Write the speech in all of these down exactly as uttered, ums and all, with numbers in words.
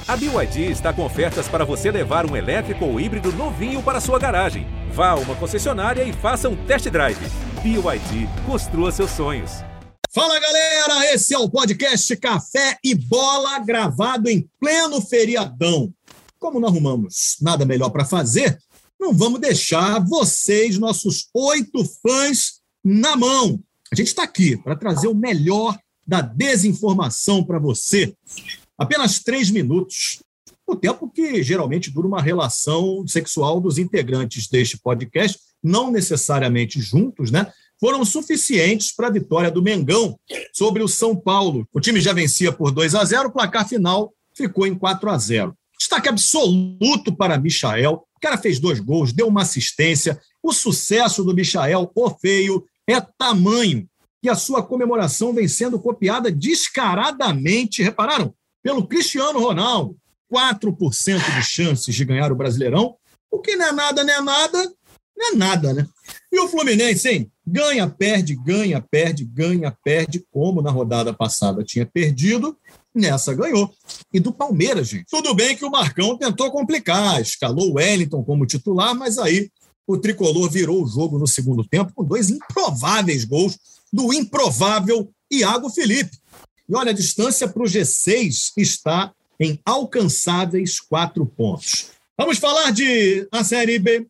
A B Y D está com ofertas para você levar um elétrico ou híbrido novinho para sua garagem. Vá a uma concessionária e faça um test drive. B Y D, construa seus sonhos. Fala, galera! Esse é o podcast Café e Bola, gravado em pleno feriadão. Como não arrumamos nada melhor para fazer, não vamos deixar vocês, nossos oito fãs, na mão. A gente está aqui para trazer o melhor da desinformação para você. Apenas três minutos, o tempo que geralmente dura uma relação sexual dos integrantes deste podcast, não necessariamente juntos, né? Foram suficientes para a vitória do Mengão sobre o São Paulo. O time já vencia por dois a zero, o placar final ficou em quatro a zero. Destaque absoluto para Michael. O cara fez dois gols, deu uma assistência. O sucesso do Michael, o feio, é tamanho que a sua comemoração vem sendo copiada descaradamente, repararam? Pelo Cristiano Ronaldo. quatro por cento de chances de ganhar o Brasileirão. O que não é nada, não é nada, não é nada, né? E o Fluminense, hein? Ganha, perde, ganha, perde, ganha, perde, como na rodada passada tinha perdido, nessa ganhou. E do Palmeiras, gente. Tudo bem que o Marcão tentou complicar, escalou o Wellington como titular, mas aí o tricolor virou o jogo no segundo tempo com dois improváveis gols do improvável Iago Felipe. E olha, a distância para o G seis está em alcançáveis quatro pontos. Vamos falar de a Série B.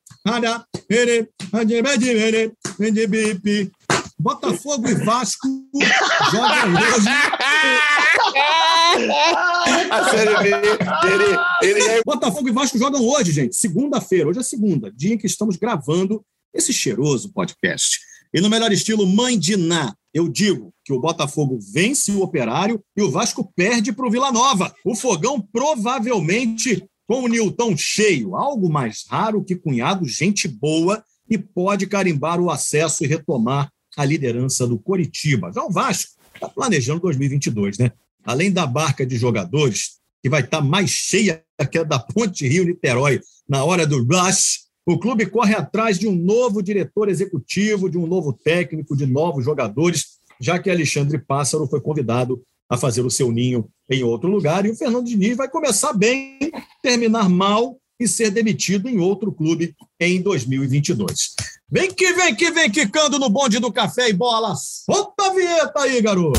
Botafogo e Vasco jogam hoje. A Série B. Ele, ele é... Botafogo e Vasco jogam hoje, gente. Segunda-feira. Hoje é segunda, dia em que estamos gravando esse cheiroso podcast. E no melhor estilo Mãe de Ná, eu digo que o Botafogo vence o Operário e o Vasco perde para o Vila Nova. O Fogão provavelmente com o Nilton cheio, algo mais raro que cunhado, gente boa, e pode carimbar o acesso e retomar a liderança do Coritiba. Já o Vasco está planejando dois mil e vinte e dois, né? Além da barca de jogadores, que vai estar mais cheia que a da Ponte Rio-Niterói na hora do rush, o clube corre atrás de um novo diretor executivo, de um novo técnico, de novos jogadores, já que Alexandre Pássaro foi convidado a fazer o seu ninho em outro lugar, e o Fernando Diniz vai começar bem, terminar mal e ser demitido em outro clube em dois mil e vinte e dois. Vem que vem que vem quicando no bonde do Café e Bola. Solta a vinheta aí, garoto!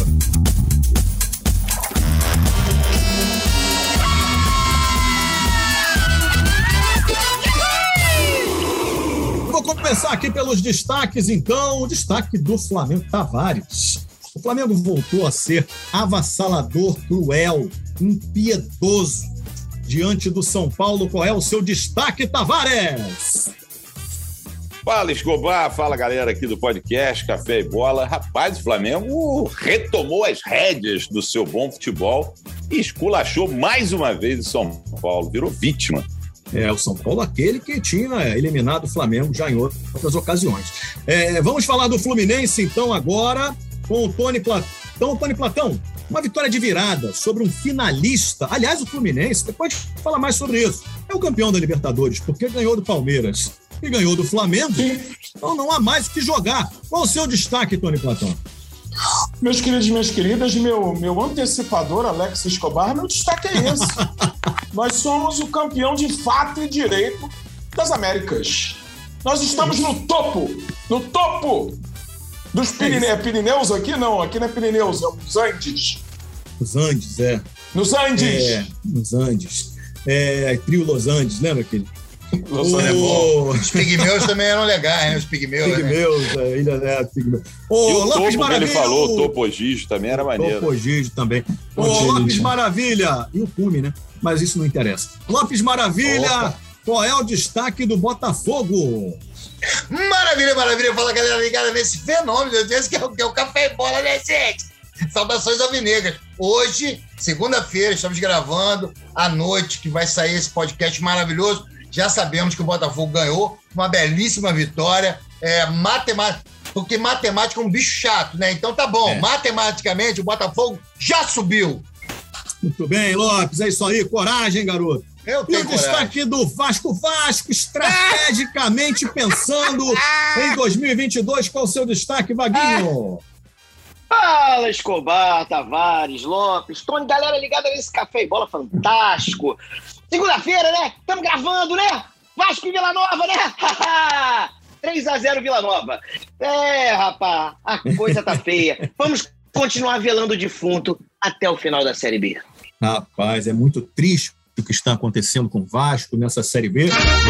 Vou começar aqui pelos destaques, então. O destaque do Flamengo, Tavares. O Flamengo voltou a ser avassalador, cruel, impiedoso diante do São Paulo. Qual é o seu destaque, Tavares? Fala, Escobar. Fala, galera aqui do podcast Café e Bola. Rapaz, o Flamengo retomou as rédeas do seu bom futebol e esculachou mais uma vez o São Paulo. Virou vítima. É, o São Paulo, aquele que tinha eliminado o Flamengo já em outras ocasiões. É, vamos falar do Fluminense, então, agora, com o Tony Platão. Tony Platão, uma vitória de virada sobre um finalista. Aliás, o Fluminense, depois fala mais sobre isso, é o campeão da Libertadores, porque ganhou do Palmeiras e ganhou do Flamengo. Então não há mais o que jogar. Qual o seu destaque, Tony Platão? Meus queridos e minhas queridas, meu, meu antecipador, Alex Escobar, meu destaque é esse. Nós somos o campeão de fato e direito das Américas. Nós estamos no topo, no topo dos Pirine... é Pirineus aqui? Não, aqui não é Pirineus, é os Andes. Os Andes, é. Nos Andes. É, nos Andes. É, trio Los Andes, lembra aquele? Los Andes é bom. Os pigmeus também eram legais, né? Os pigmeus. Pigmeus, né? é, ilha é, pigmeus. O, e o Lopes topo Maravilha, que ele falou, o Topo Gijo também era maneiro. Topo Gijo também. O Lopes Maravilha e o Cume, né? Mas isso não interessa. Lopes Maravilha, opa, qual é o destaque do Botafogo? Maravilha, maravilha. Fala, galera, ligada nesse fenômeno. Eu disse que é o, que é o Café e Bola, né, gente? Saudações alvinegras. Hoje, segunda-feira, estamos gravando à noite, que vai sair esse podcast maravilhoso. Já sabemos que o Botafogo ganhou, uma belíssima vitória, é, matemática, porque matemática é um bicho chato, né? Então tá bom, é. Matematicamente o Botafogo já subiu. Muito bem, Lopes, é isso aí, coragem, garoto. Eu tenho e o destaque do Vasco, Vasco, estrategicamente pensando em dois mil e vinte e dois, qual o seu destaque, Vaguinho? Fala, Escobar, Tavares, Lopes, Tony, galera ligada nesse Café e Bola fantástico. Segunda-feira, né? Estamos gravando, né? Vasco e Vila Nova, né? três a zero Vila Nova. É, rapaz, a coisa tá feia. Vamos continuar velando o defunto até o final da Série B. Rapaz, é muito triste o que está acontecendo com o Vasco nessa Série B.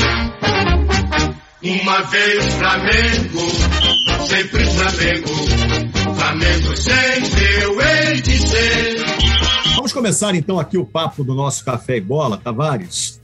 Uma vez Flamengo, sempre Flamengo, Flamengo sempre eu hei de ser. Vamos começar então aqui o papo do nosso Café e Bola, Tavares.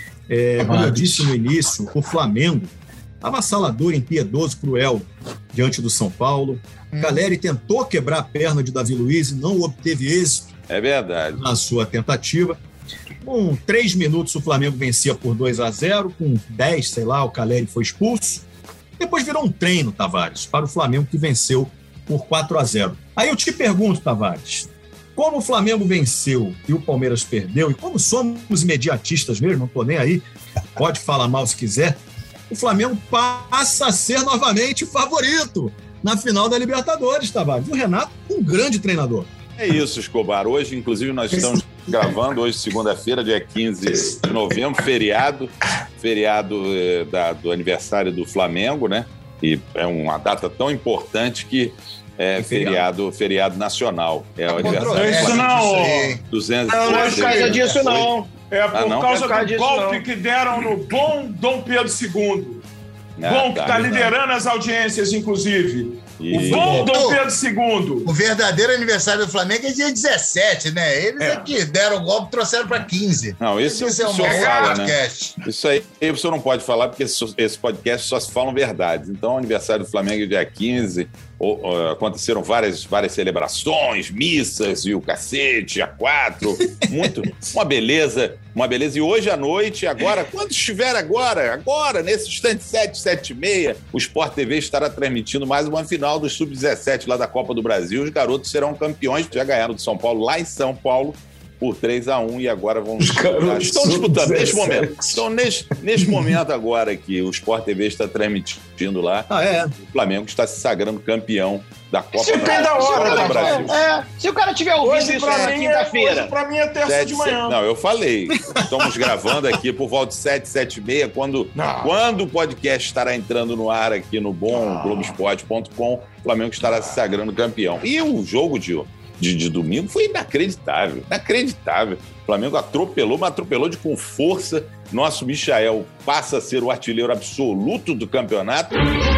É, como eu disse no início, o Flamengo, avassalador, impiedoso, cruel diante do São Paulo. Hum. Caleri tentou quebrar a perna de Davi Luiz e não obteve êxito. É verdade. Na sua tentativa. Com três minutos o Flamengo vencia por dois a zero, com dez, sei lá, o Caleri foi expulso. Depois virou um treino, Tavares, para o Flamengo que venceu por quatro a zero. Aí eu te pergunto, Tavares, como o Flamengo venceu e o Palmeiras perdeu, e como somos imediatistas mesmo, não tô nem aí, pode falar mal se quiser, o Flamengo passa a ser novamente o favorito na final da Libertadores, Tavares. O Renato, um grande treinador. É isso, Escobar. Hoje, inclusive, nós estamos gravando, hoje, segunda-feira, dia quinze de novembro, feriado, feriado eh, da, do aniversário do Flamengo, né? E é uma data tão importante que é feriado, feriado nacional. É o aniversário. Isso não! duzentos Não, não é por causa disso, não. É por Ah, não? causa É por causa do disso, golpe não. que deram no bom Dom Pedro segundo. Ah, Bom que tá, está tá. liderando as audiências, inclusive. E- O bom Dom Pedro segundo. O verdadeiro aniversário do Flamengo é dia dezessete, né? Eles É. é que deram o golpe e trouxeram para quinze. Não, esse Esse é o um senhor bom fala, né? podcast. Isso aí o senhor não pode falar, porque esse esse podcast só se falam verdades. Então, o aniversário do Flamengo é dia quinze, ou, ou, aconteceram várias, várias celebrações, missas e o cacete, a quatro, muito, uma beleza, uma beleza. E hoje à noite, agora, quando estiver agora, agora, nesse instante sete, sete e meia, o Sport T V estará transmitindo mais uma final do sub dezessete lá da Copa do Brasil. Os garotos serão campeões, já ganharam do São Paulo lá em São Paulo por três a um e agora vão disputar. Estão disputando neste momento. Então, neste, neste momento agora que o Sport T V está transmitindo lá, Ah, é? o Flamengo está se sagrando campeão da Copa Se o do cara, da se o hora, cara- do Brasil. é, se o cara tiver ouvido Hoje isso pra, na mim é, hoje quinta-feira, pra mim é terça Sete, de manhã. sete- não, eu falei. Estamos gravando aqui por volta de sete, sete e meia, quando, Não. quando o podcast estará entrando no ar aqui no bom Globoesporte ponto com, o Flamengo estará se sagrando campeão. E o jogo de, de, de domingo foi inacreditável, inacreditável. O Flamengo atropelou, mas atropelou de com força. Nosso Michael passa a ser o artilheiro absoluto do campeonato.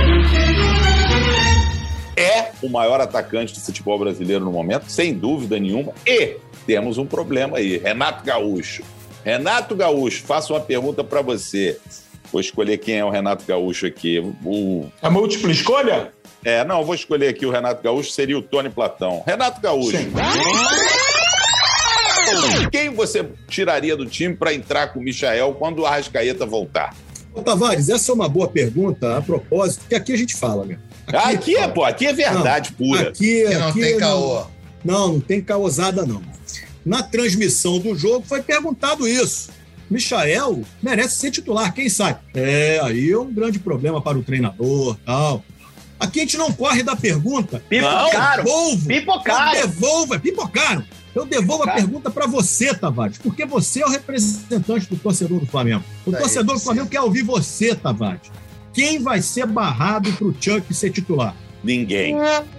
É o maior atacante do futebol brasileiro no momento, sem dúvida nenhuma. E temos um problema aí. Renato Gaúcho. Renato Gaúcho, faço uma pergunta para você. Vou escolher quem é o Renato Gaúcho aqui. O... A múltipla escolha? É, não, vou escolher aqui o Renato Gaúcho, seria o Tony Platão. Renato Gaúcho. Sim. Quem você tiraria do time para entrar com o Michael quando o Arrascaeta voltar? Ô, Tavares, essa é uma boa pergunta a propósito, porque aqui a gente fala, né? Ah, aqui é, pô, aqui é verdade pura. Aqui, Que não aqui tem caô. Não, não tem caosada, não. Na transmissão do jogo foi perguntado isso. Michael merece ser titular, quem sabe? É, aí é um grande problema para o treinador, tal. Aqui a gente não corre da pergunta. pipocaram, Devolvo. pipocaram. Eu devolvo, é pipocaram. Eu devolvo a Cara. pergunta para você, Tavares, porque você é o representante do torcedor do Flamengo. O Tá aí, torcedor do sim. Flamengo quer ouvir você, Tavares. Quem vai ser barrado para o Chuck ser titular? Ninguém.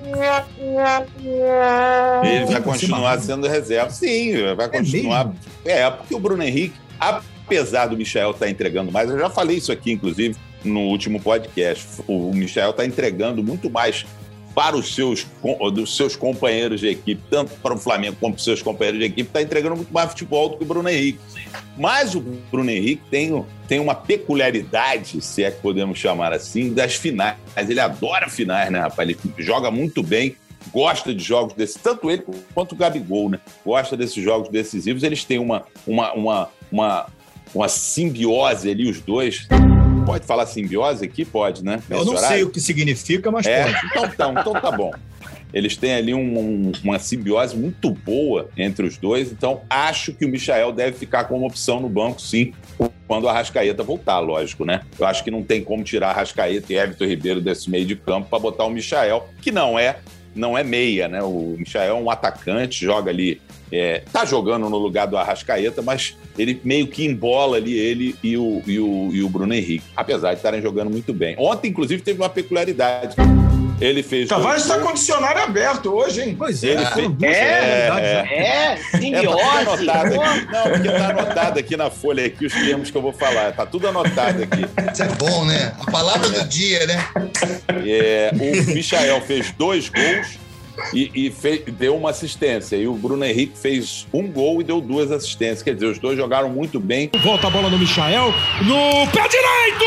Ele vai continuar sendo reserva. Sim, vai continuar. mesmo? É, porque o Bruno Henrique, apesar do Michael estar entregando mais, eu já falei isso aqui, inclusive, no último podcast. O Michael está entregando muito mais para os seus, dos seus companheiros de equipe, tanto para o Flamengo como para os seus companheiros de equipe, está entregando muito mais futebol do que o Bruno Henrique. Mas o Bruno Henrique tem, tem uma peculiaridade, se é que podemos chamar assim, das finais. Ele adora finais, né, rapaz? Ele joga muito bem, gosta de jogos desses, tanto ele quanto o Gabigol, né? Gosta desses jogos decisivos. Eles têm uma, uma, uma, uma, uma simbiose ali, os dois. Pode falar simbiose aqui? Pode, né? Eu Nesse não horário? sei o que significa, mas É, pode. então, então, então tá bom. Eles têm ali um- um- uma simbiose muito boa entre os dois, então acho que o Michael deve ficar como opção no banco, sim, quando a Arrascaeta voltar, lógico, né? Eu acho que não tem como tirar a Arrascaeta e Everton Ribeiro desse meio de campo para botar o Michael, que não é não é meia, né? O Michael é um atacante, joga ali, é, tá jogando no lugar do Arrascaeta, mas ele meio que embola ali ele e o, e o, e o Bruno Henrique, apesar de estarem jogando muito bem. Ontem, inclusive, teve uma peculiaridade. Ele fez... Tavares está com o dicionário aberto hoje, hein? Pois é. Ele fez... É, é, é, é, simbiose. É, tá tudo anotado aqui. Não, porque tá anotado aqui na folha aqui os termos que eu vou falar. Tá tudo anotado aqui. Isso é bom, né? A palavra do dia, né? É, o Michael fez dois gols e, e fez, deu uma assistência. E o Bruno Henrique fez um gol e deu duas assistências. Quer dizer, os dois jogaram muito bem. Volta a bola no Michael, no pé direito!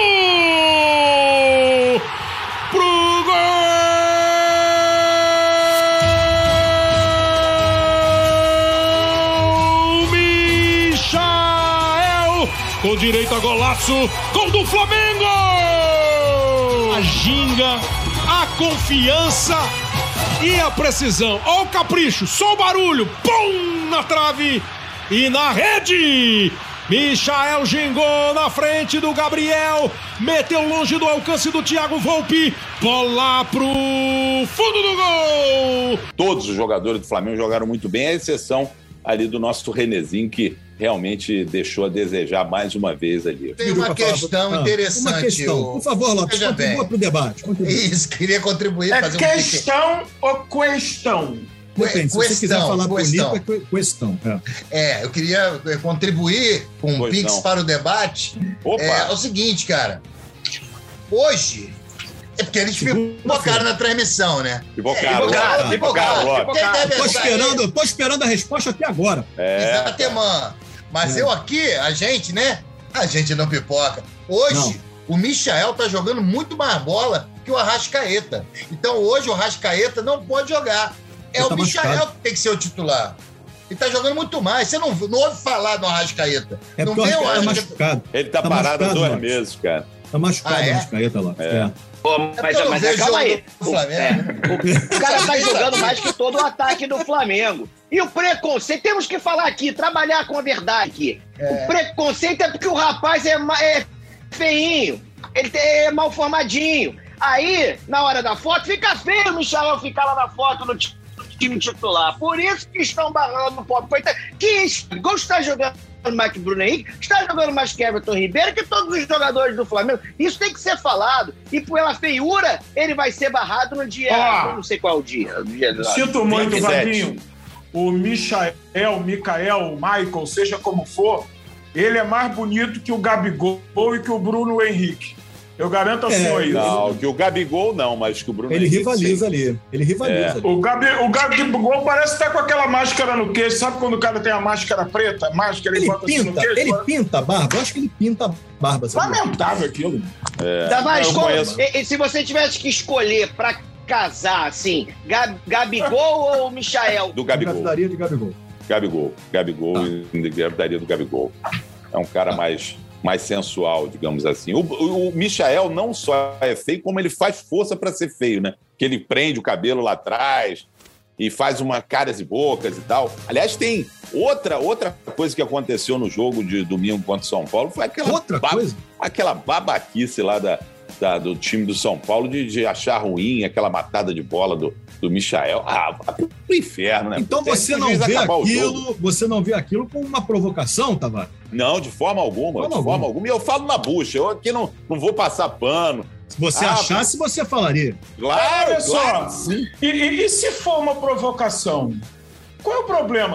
Pro gol! Michael! Com direito a golaço, gol do Flamengo! A ginga, a confiança e a precisão. Ó o capricho, só o barulho, pum, na trave e na rede! Michael gingou na frente do Gabriel, meteu longe do alcance do Thiago Volpi, bola pro fundo do gol! Todos os jogadores do Flamengo jogaram muito bem, à exceção ali do nosso Renezinho, que realmente deixou a desejar mais uma vez ali. Tem uma questão interessante. Uma questão. Por favor, Lopes, contribua para o debate. Contribua. Isso, queria contribuir. É fazer questão um ou questão? Depende, se questão, você quiser falar questão. bonito, é questão. É. É, eu queria contribuir com um Pix para o debate. Opa. É, é o seguinte, cara. Hoje, é porque eles pipocaram na transmissão, né? Pipocaram, é, pipocaram. Tô esperando, tô esperando a resposta até agora. É, Exatamente. Mas É. eu aqui, a gente, né? A gente não pipoca. Hoje, Não. o Michael tá jogando muito mais bola que o Arrascaeta. Então, hoje, o Arrascaeta não pode jogar. É Ele o tá Michael machucado. que tem que ser o titular. Ele tá jogando muito mais. Você não, não ouve falar do Arrascaeta. É não porque vê o o Arrascaeta tá Arrascaeta. machucado. Ele tá, Tá parado há machucado, dois Lopes. meses, cara. Tá machucado Ah, é? o Arrascaeta lá. É. É. Pô, É mas, porque eu não mas vejo calma jogo aí. do Flamengo, né? O cara tá jogando mais que todo o ataque do Flamengo. E o preconceito, temos que falar aqui, trabalhar com a verdade aqui. É. O preconceito é porque o rapaz é, ma- é feinho, ele é mal formadinho. Aí, na hora da foto, fica feio o Michael ficar lá na foto no ti- no time titular. Por isso que estão barrando o pobre coitado. Que igual está jogando mais que Bruno Henrique, está jogando mais que Everton Ribeiro, que todos os jogadores do Flamengo. Isso tem que ser falado. E pela feiura, ele vai ser barrado no dia... Ó. eu não sei qual é o dia. O dia do- Sinto muito, vinte e sete. Vaguinho. O Michael, Michael, Michael, seja como for, ele é mais bonito que o Gabigol e que o Bruno Henrique. Eu garanto ao É, senhor isso. Não, que o Gabigol não, mas que o Bruno Ele Henrique, rivaliza sim. ali. Ele rivaliza. ali. O, Gabi, o Gabigol parece estar com aquela máscara no queixo. Sabe quando o cara tem a máscara preta? Máscara Ele bota assim no pinta, queixo? ele pinta a barba. Eu acho que ele pinta a barba. Sabe? Lamentável aquilo. Tavares, eu como- conheço. e- e se você tivesse que escolher pra casar, assim, Gab- Gabigol ou Michael? Do Gabigol. Engravidaria de Gabigol. Gabigol. Gabigol Tá. e engravidaria do Gabigol. É um cara mais, mais sensual, digamos assim. O, o, o Michael não só é feio, como ele faz força para ser feio, né? Que ele prende o cabelo lá atrás e faz uma caras e bocas e tal. Aliás, tem outra, outra coisa que aconteceu no jogo de domingo contra o São Paulo, foi aquela, Outra ba- coisa? aquela babaquice lá da, da- do time do São Paulo de, de achar ruim aquela matada de bola do, do Michael. Ah, vai pro inferno, né? Então Tem você que o não juiz vê acabar o jogo. aquilo, você não vê aquilo como uma provocação, Tavares? Não, de forma alguma, Forma de alguma. forma alguma. E eu falo na bucha, eu aqui não, não vou passar pano. Se você Ah, achasse, você falaria. Claro, Olha só, claro, sim. e, e- e se for uma provocação? Qual é o problema?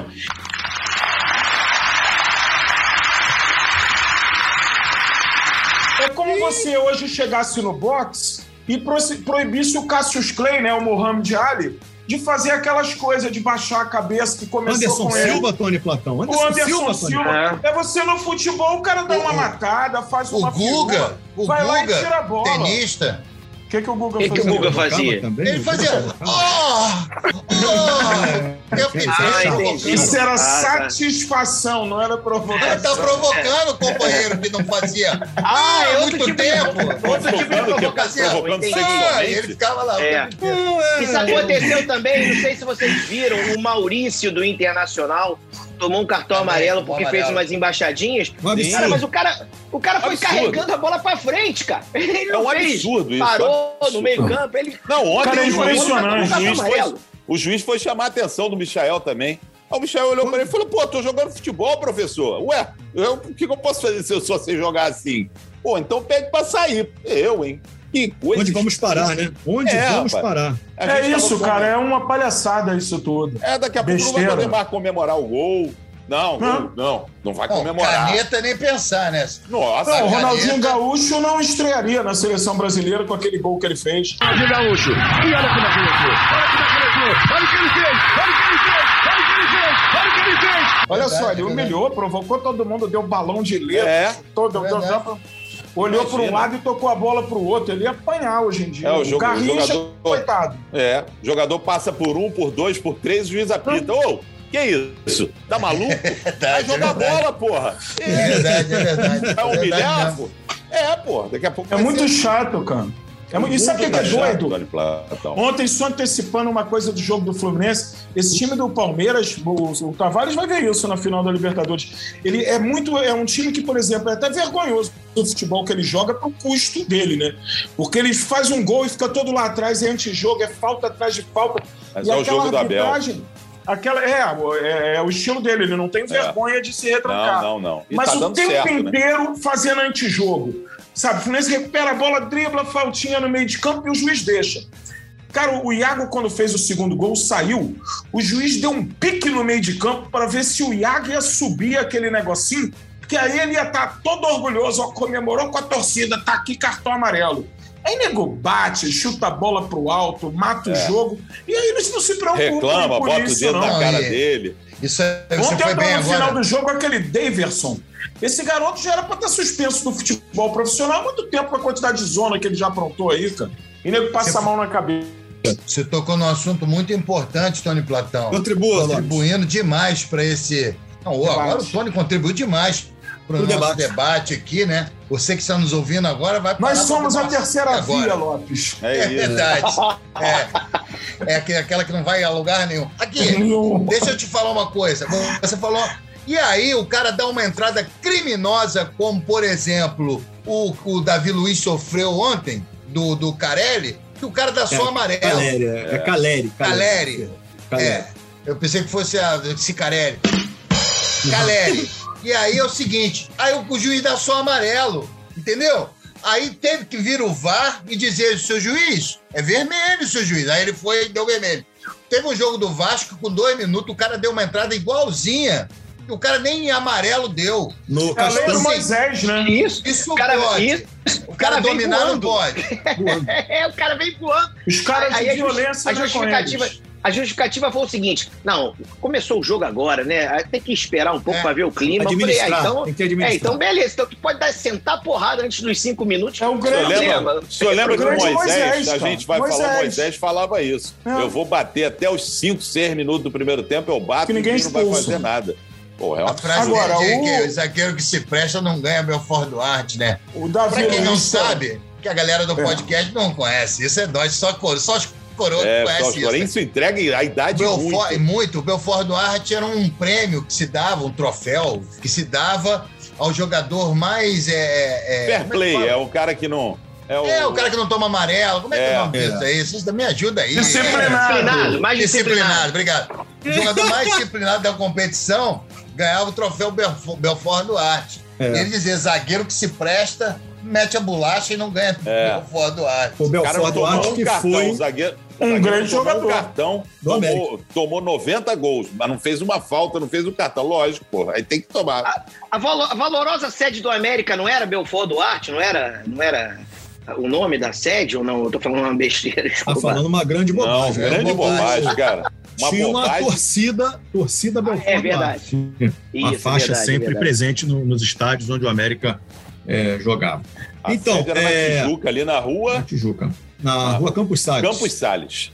É como você hoje chegasse no boxe e pro- proibisse o Cassius Clay, né, o Muhammad Ali, de fazer aquelas coisas, de baixar a cabeça que começou Anderson com ele. Silva, Tony Platão. O Anderson, Anderson Silva, Silva, Tony. é você no futebol, o cara dá uma matada, faz O uma Guga, figura, o vai lá e tira a Guga, bola. tenista, O que, que o Guga Que que o fazia? Guga fazia? Provocava também? ele fazia. Provocava. Oh! Oh! Eu fiquei Ah, entendi. provocando. Isso era Ah, tá. satisfação, não era Ele provocação. tá provocando o companheiro que não fazia. Ah, é há outro muito tipo de- tempo. outro tipo de Provocando, provocação. provocando entendi. Ah, e ele ficava lá. É. Não, é- Isso aconteceu também, não sei se vocês viram, o Maurício do Internacional Tomou um cartão Também, amarelo tomou porque amarelo. fez umas embaixadinhas. Um absurdo. Cara, mas o cara, o cara foi Absurdo. carregando a bola pra frente, cara. Ele É não um fez. absurdo isso. Parou absurdo. no meio campo. Ele... Não, ontem Cara, é o juiz, impressionante. o, juiz foi, Amarelo. o juiz foi chamar a atenção do Michael também. Aí o Michael olhou pra ele e falou, pô, tô jogando futebol, professor. Ué, eu, o que, que eu posso fazer se eu só sei jogar assim? Pô, então pede pra sair. Eu, hein? Que coisa. Onde vamos parar, né? Onde É, vamos rapaz. parar? A É gente isso, tava cara, com- é uma palhaçada isso tudo. É, daqui a pouco não Besteira. vai poder mais comemorar o gol. Não, Não. não, não, não vai Bom, comemorar. caneta nem pensar, né? Nossa, Não, o caneta- Ronaldinho Gaúcho não estrearia na seleção brasileira com aquele gol que ele fez. Ronaldinho Gaúcho. E olha como é que ele entrou. Olha como é que ele entrou. Olha o que ele fez. Olha o que ele fez. Olha o que ele fez. Olha o que ele fez. Olha Verdade, só, ele verdade. humilhou, provocou todo mundo, deu balão de letra, É. todo, deu, Verdade. deu, olhou para um Imagina. lado e tocou a bola para o outro. Ele ia apanhar hoje em dia. É, o jogo- Garrincha, jogador- coitado. É, o jogador passa por um, por dois, por três, o juiz apita. Ô, que isso? Tá maluco? Vai Verdade, jogar é verdade. bola, porra. É verdade, é verdade. Vai É verdade humilhar, mesmo. pô? É, porra. Daqui a pouco É vai muito ser- chato, cara. É, mu- e sabe o que, que é Muito chato, doido? Tony Platão. Ontem, só antecipando uma coisa do jogo do Fluminense, esse time do Palmeiras, o, o Tavares vai ver isso na final da Libertadores. Ele é muito. É um time que, por exemplo, é até vergonhoso o futebol que ele joga pro custo dele, né? Porque ele faz um gol e fica todo lá atrás, é antijogo, é falta atrás de falta. Mas e é o aquela jogo do Abel. arbitragem. Aquela, é, é, é o estilo dele, ele não tem vergonha de se retrancar. Não, não, não. E Mas tá o dando tempo certo, né? inteiro fazendo antijogo. Sabe, o Fluminense recupera a bola, dribla, faltinha no meio de campo e o juiz deixa. Cara, o Iago, quando fez o segundo gol, saiu. O juiz deu um pique no meio de campo para ver se o Iago ia subir aquele negocinho, porque aí ele ia estar todo orgulhoso, ó, comemorou com a torcida, tá aqui cartão amarelo. Aí nego bate, chuta a bola pro alto, mata o jogo, e aí eles não se preocupam Reclama, com bota o isso, dedo não. na cara e- dele. Isso é, você Ontem foi bem no final agora. do jogo, aquele Daverson. Esse garoto já era pra estar suspenso do futebol profissional há muito tempo com a quantidade de zona que ele já aprontou aí, cara. E nego passa Você- a mão na cabeça. Você tocou num assunto muito importante, Tony Platão. Contribua, Lopes. Contribuindo demais para esse. Não, ô, Debate. agora o Tony contribuiu demais para o Pro nosso debate. debate aqui, né? Você que está nos ouvindo agora vai parar Nós somos pra a ouvir terceira nossa- via, agora. Lopes. É É isso. verdade. É. É aque- aquela que não vai a lugar nenhum. Aqui, Nenhum. deixa eu te falar uma coisa. Você falou. E aí o cara dá uma entrada criminosa, como, por exemplo, o, o Davi Luiz sofreu ontem, do, do Carelli, que o cara dá só amarelo. Caleri, é, é Caleri. Caleri. Caleri. É, eu pensei que fosse a Cicarelli. Caleri. E aí é o seguinte, aí o, o juiz dá só amarelo, entendeu? Aí teve que vir o V A R e dizer, seu juiz, é vermelho, seu juiz. Aí ele foi e deu vermelho. Teve um jogo do Vasco, com dois minutos, o cara deu uma entrada igualzinha, e o cara nem amarelo deu. No É a lei do Castanho. Moisés, né? Isso. Isso O cara, pode. isso, O cara, vem dominar não voando. pode. É, o cara vem voando. Os caras Aí de a justi- violência a já com justificativa, eles. a justificativa foi o seguinte: não, começou o jogo agora, né? Aí tem que esperar um pouco É. para ver o clima. Eu falei, Administrar, ah, então, tem que é, administrar. então beleza, então tu pode dar, sentar porrada antes dos cinco minutos. É o O senhor grande. lembra, o senhor lembra que o Grande Moisés, Moisés, a cara. gente vai Moisés. falar, Moisés falava isso. É. Eu vou bater até os cinco, seis minutos do primeiro tempo, eu bato Que ninguém e não vai expulsa. fazer nada. Porra, é uma A frase Agora, dele é o- que o zagueiro que se presta não ganha Belfort Duarte, né? O Davi Pra quem não Luiz, sabe, que a galera do podcast não conhece, isso é nós, só, cor- só os coroas É, que só os conhecem isso. porém, né? isso entrega a idade Belfort, muito. muito. O Belfort Duarte era um prêmio que se dava, um troféu que se dava ao jogador mais. É, é, Fair como é que play, fala? é o cara que não... É o, É, o cara que não toma amarelo. Como é que é, É, o nome disso aí? Vocês me ajuda aí. Disciplinado. Disciplinado, mais Disciplinado, disciplinado. obrigado. O jogador mais disciplinado da competição ganhava o troféu Belfort, Belfort Duarte. É. Ele dizia, zagueiro que se presta, mete a bolacha e não ganha É. Belfort Duarte. O O cara Belfort tomou Duarte um que cartão, foi o zagueiro, Um o zagueiro grande tomou jogador. um cartão, Do tomou, tomou noventa gols, mas não fez uma falta, não fez o cartão. Lógico, pô, aí tem que tomar. A, valo- a valorosa sede do América não era Belfort Duarte? Não era, não era o nome da sede ou não? Eu tô falando uma besteira, Tá desculpa. falando uma grande Não, bobagem. é grande bobagem. bobagem, cara. Uma Tinha uma bobagem. torcida, torcida Belfort é verdade. Duarte. Uma Isso, faixa verdade, sempre verdade. presente no- nos estádios onde o América é, jogava. A Então, sede era é... na Tijuca, ali na rua na Tijuca. Na rua Campos Salles. Campos Salles.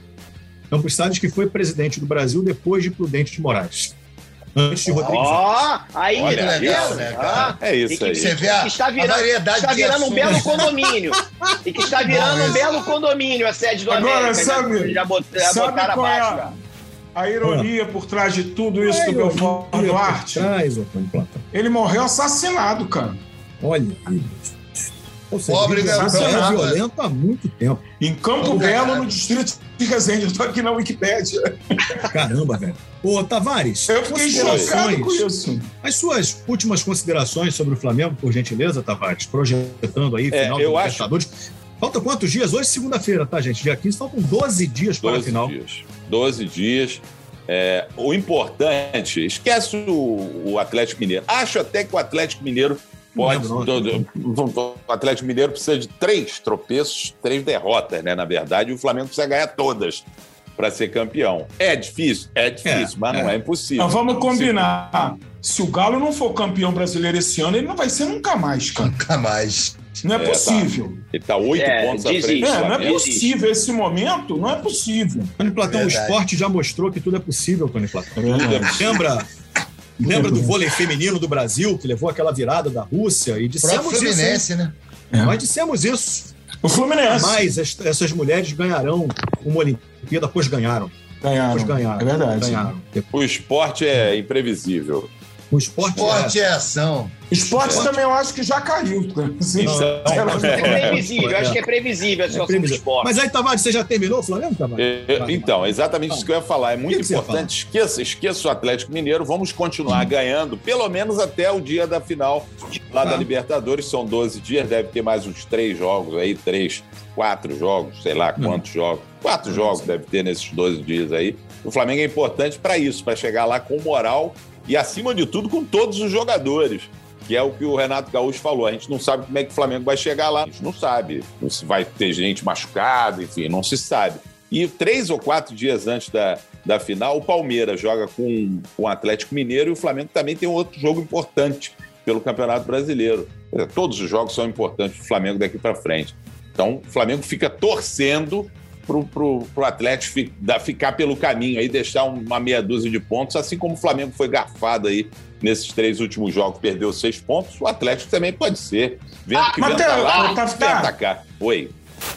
Campos Salles, que foi presidente do Brasil depois de Prudente de Moraes. Antes de Rodrigues. Ó, aí, Olha, tá legal, vendo? né, cara? Ah, É isso e que- aí. Você vê a, que está a virando, variedade está de virando um assuntos. belo condomínio. E que está virando um belo condomínio a sede do Agora, América. sabe- já, já bot- já sabe botaram qual é abaixo. a- já. a ironia por trás de tudo isso do Belfort Duarte? Traz, ô Tony Platão. Ele morreu assassinado, cara. Olha aí. Pobre Belfort é Belfort. violento há muito tempo. Em Campo Belo, no distrito de Resende. Eu tô aqui na Wikipédia. Caramba, velho. Ô, Tavares, Eu fiquei chocado com isso. As suas últimas considerações sobre o Flamengo, por gentileza, Tavares, projetando aí, É, final eu do acho- Libertadores. Falta quantos dias? Hoje, segunda-feira, tá, gente? Dia quinze, faltam doze dias para a doze final. dias. doze dias. É, o importante, esquece o, o Atlético Mineiro. Acho até que o Atlético Mineiro pode. Não, não, do- do- o Atlético Mineiro precisa de três tropeços, três derrotas, né? Na verdade, e o Flamengo precisa ganhar todas para ser campeão. É difícil? É difícil, É, mas não é. é impossível. Mas vamos combinar. Se o Galo não for campeão brasileiro esse ano, ele não vai ser nunca mais, cara. Nunca mais. Não é, É, tá. possível. Ele está oito É, pontos à desiste. frente do É, não é Flamengo. possível. Esse momento, não é possível. Tony Platão, o Verdade. esporte já mostrou que tudo é possível, Tony Platão. verdade. Lembra, lembra do vôlei feminino do Brasil, que levou aquela virada da Rússia? E O próprio dissemos isso, hein? Fluminense, né? Nós dissemos isso. O Fluminense. Mas es- essas mulheres ganharão uma Olimpíada, pois ganharam. Ganharam. Pois ganharam. É verdade. Ganharam. O esporte é imprevisível. O esporte, Esporte é ação. Esporte É. também eu acho que já caiu. Né? Assim, Não, ela- É previsível, eu acho que é previsível a é situação do previsível. esporte. Mas aí, Tavares, você já terminou o Flamengo, Tavares? É, Então, é exatamente isso que eu ia falar. É muito que que você ia importante. Esqueça, esqueça o Atlético Mineiro. Vamos continuar ganhando, pelo menos até o dia da final lá Tá. da Libertadores. São doze dias, deve ter mais uns três jogos aí, três, quatro jogos, sei lá quantos jogos. Quatro jogos deve ter nesses doze dias aí. O Flamengo é importante para isso, para chegar lá com moral e, acima de tudo, com todos os jogadores. Que é o que o Renato Gaúcho falou. A gente não sabe como é que o Flamengo vai chegar lá. A gente não sabe se vai ter gente machucada, enfim, não se sabe. E três ou quatro dias antes da, da final, o Palmeiras joga com, com o Atlético Mineiro e o Flamengo também tem um outro jogo importante pelo Campeonato Brasileiro. Todos os jogos são importantes para o Flamengo daqui para frente. Então, o Flamengo fica torcendo pro, pro, pro Atlético fi- da- ficar pelo caminho aí, deixar uma meia dúzia de pontos, assim como o Flamengo foi garfado aí nesses três últimos jogos, perdeu seis pontos, o Atlético também pode ser. Vendo Ah, que mas venta tem- lá, tá- vem tá- atacar. Oi.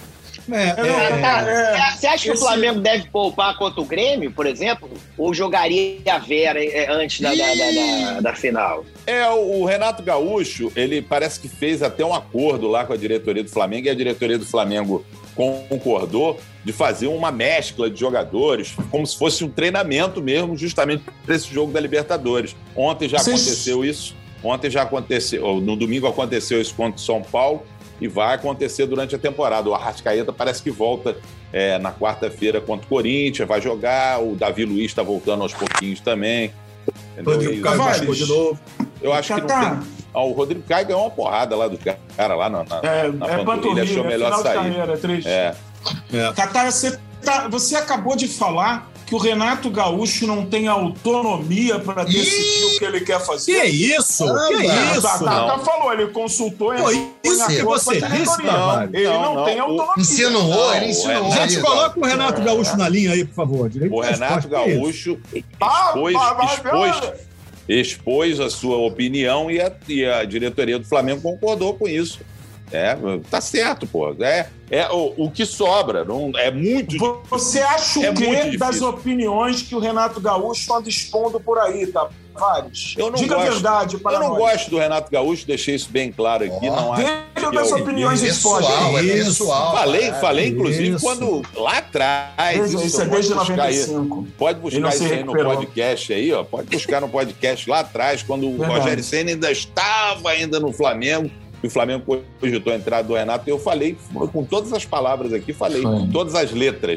É, Eu não- é, Tá, é, Você acha que esse- o Flamengo deve poupar contra o Grêmio, por exemplo? Ou jogaria a Vera é, antes da, da, da, da- da final? É, o o Renato Gaúcho, ele parece que fez até um acordo lá com a diretoria do Flamengo e a diretoria do Flamengo concordou de fazer uma mescla de jogadores, como se fosse um treinamento mesmo, justamente para esse jogo da Libertadores. Ontem já Vocês- aconteceu isso, ontem já aconteceu, ou no domingo aconteceu isso contra o São Paulo e vai acontecer durante a temporada. O Arrascaeta parece que volta é, na quarta-feira contra o Corinthians, vai jogar, o Davi Luiz está voltando aos pouquinhos também. Entendeu? Rodrigo E- Caio Tavares. machucou de novo. eu acho que não Tatá, tem. Ah, o Rodrigo Caio ganhou uma porrada lá do cara lá na, na, É, na é panturrilha, panturrilha, achou é melhor final de sair. carreira, triste. É. É. Tatá, você, tá- você acabou de falar que o Renato Gaúcho não tem autonomia para decidir o que ele quer Que fazer. isso? Caramba. Que Não, isso? Tatá não. Tá, falou, ele consultou... Pô, entrou isso em que acordo você com a disse, diretoria. Tavares. Ele não, Não, não, tem o- autonomia. Insinuou, Não, ele insinuou. é- Gente, isso. coloca o Renato Gaúcho na linha aí, por favor. Direito O ao Renato esporte, que isso? Gaúcho Ah, expôs, mas- mas- expôs, expôs a sua opinião e a, e a diretoria do Flamengo concordou com isso. É, tá certo, pô. É, é o, o que sobra. Não, é muito. Você acha o É muito quê difícil. das opiniões que o Renato Gaúcho anda expondo por aí, Tavares? Eu não Diga gosto. a verdade para Eu não nós. gosto do Renato Gaúcho, deixei isso bem claro aqui. Ó, não acho Dentro que das é o- opiniões expostas. Pessoal, é Isso. pessoal. Falei, cara. falei, inclusive, Isso. quando lá atrás. Desde- Isso é pode desde buscar aí- noventa e cinco. Pode Ele não buscar se isso aí no recuperou. podcast aí, ó. Pode buscar no podcast lá atrás, quando o Verdade. Rogério Ceni ainda estava ainda no Flamengo. E o Flamengo cogitou a entrada do Renato. Eu falei com todas as palavras aqui, falei Foi. com todas as letras.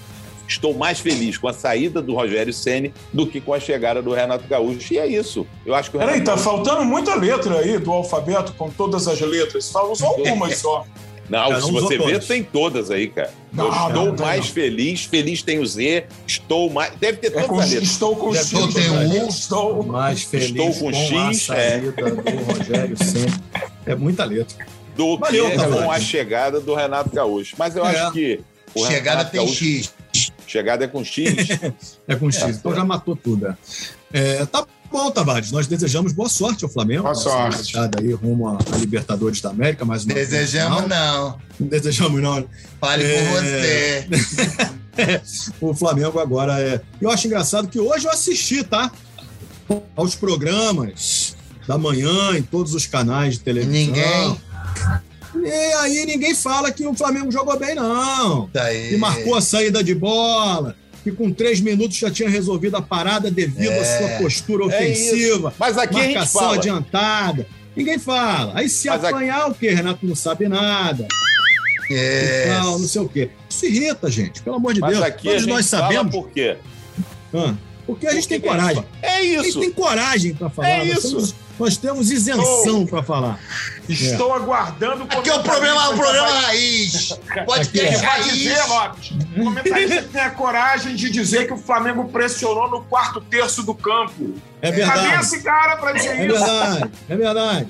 Estou mais feliz com a saída do Rogério Ceni do que com a chegada do Renato Gaúcho. E é isso. Eu acho que o Peraí, Renato tá faltando muita letra aí do alfabeto com todas as letras. Fala só algumas só. Não, Cara, se não você usou vê, todas. tem todas aí, cara. Não, eu estou não tem, mais não. feliz. Feliz tem o Z. Estou mais. Deve ter É todas com, as letras. estou com Deve X. ter um. Estou. Mais feliz Estou com a X, saída do Rogério Ceni. É muita letra. Do Valeu, que Tavares. com a chegada do Renato Gaúcho. Mas eu É. acho que o Chegada Renato tem Gaúcho- X. Chegada é com X. É com X, então já matou tudo. É, tá bom, Tavares. Nós desejamos boa sorte ao Flamengo. Boa Nessa sorte. empreitada aí rumo à à Libertadores da América, mais uma vez. Desejamos Não, não. não desejamos não. Fale É. por você. o Flamengo agora é... Eu acho engraçado que hoje eu assisti, tá? Aos programas da manhã em todos os canais de televisão. Ninguém... E aí ninguém fala que o Flamengo jogou bem, não. Daí. E marcou a saída de bola, que com três minutos já tinha resolvido a parada devido É. à sua postura É ofensiva, isso. Mas aqui a gente marcação fala. adiantada. Ninguém fala. Aí se Mas aqui- apanhar o quê? Renato não sabe nada. É. Não, não sei o quê. Isso irrita, gente, pelo amor de Mas Deus. aqui a Todos gente nós fala sabemos. por quê? Ah, porque a gente Por que tem que a gente coragem. fala? É A gente isso. tem coragem para falar. É Nós isso. temos, nós temos isenção para falar. Estou aguardando... Aqui é o problema, o problema raiz. Pode Aqui, ter ó. Ele vai raiz. dizer, Lopes, o comentarista tem a coragem de dizer que o Flamengo pressionou no quarto terço do campo. É Cadê verdade. esse cara pra dizer É isso? verdade. É verdade.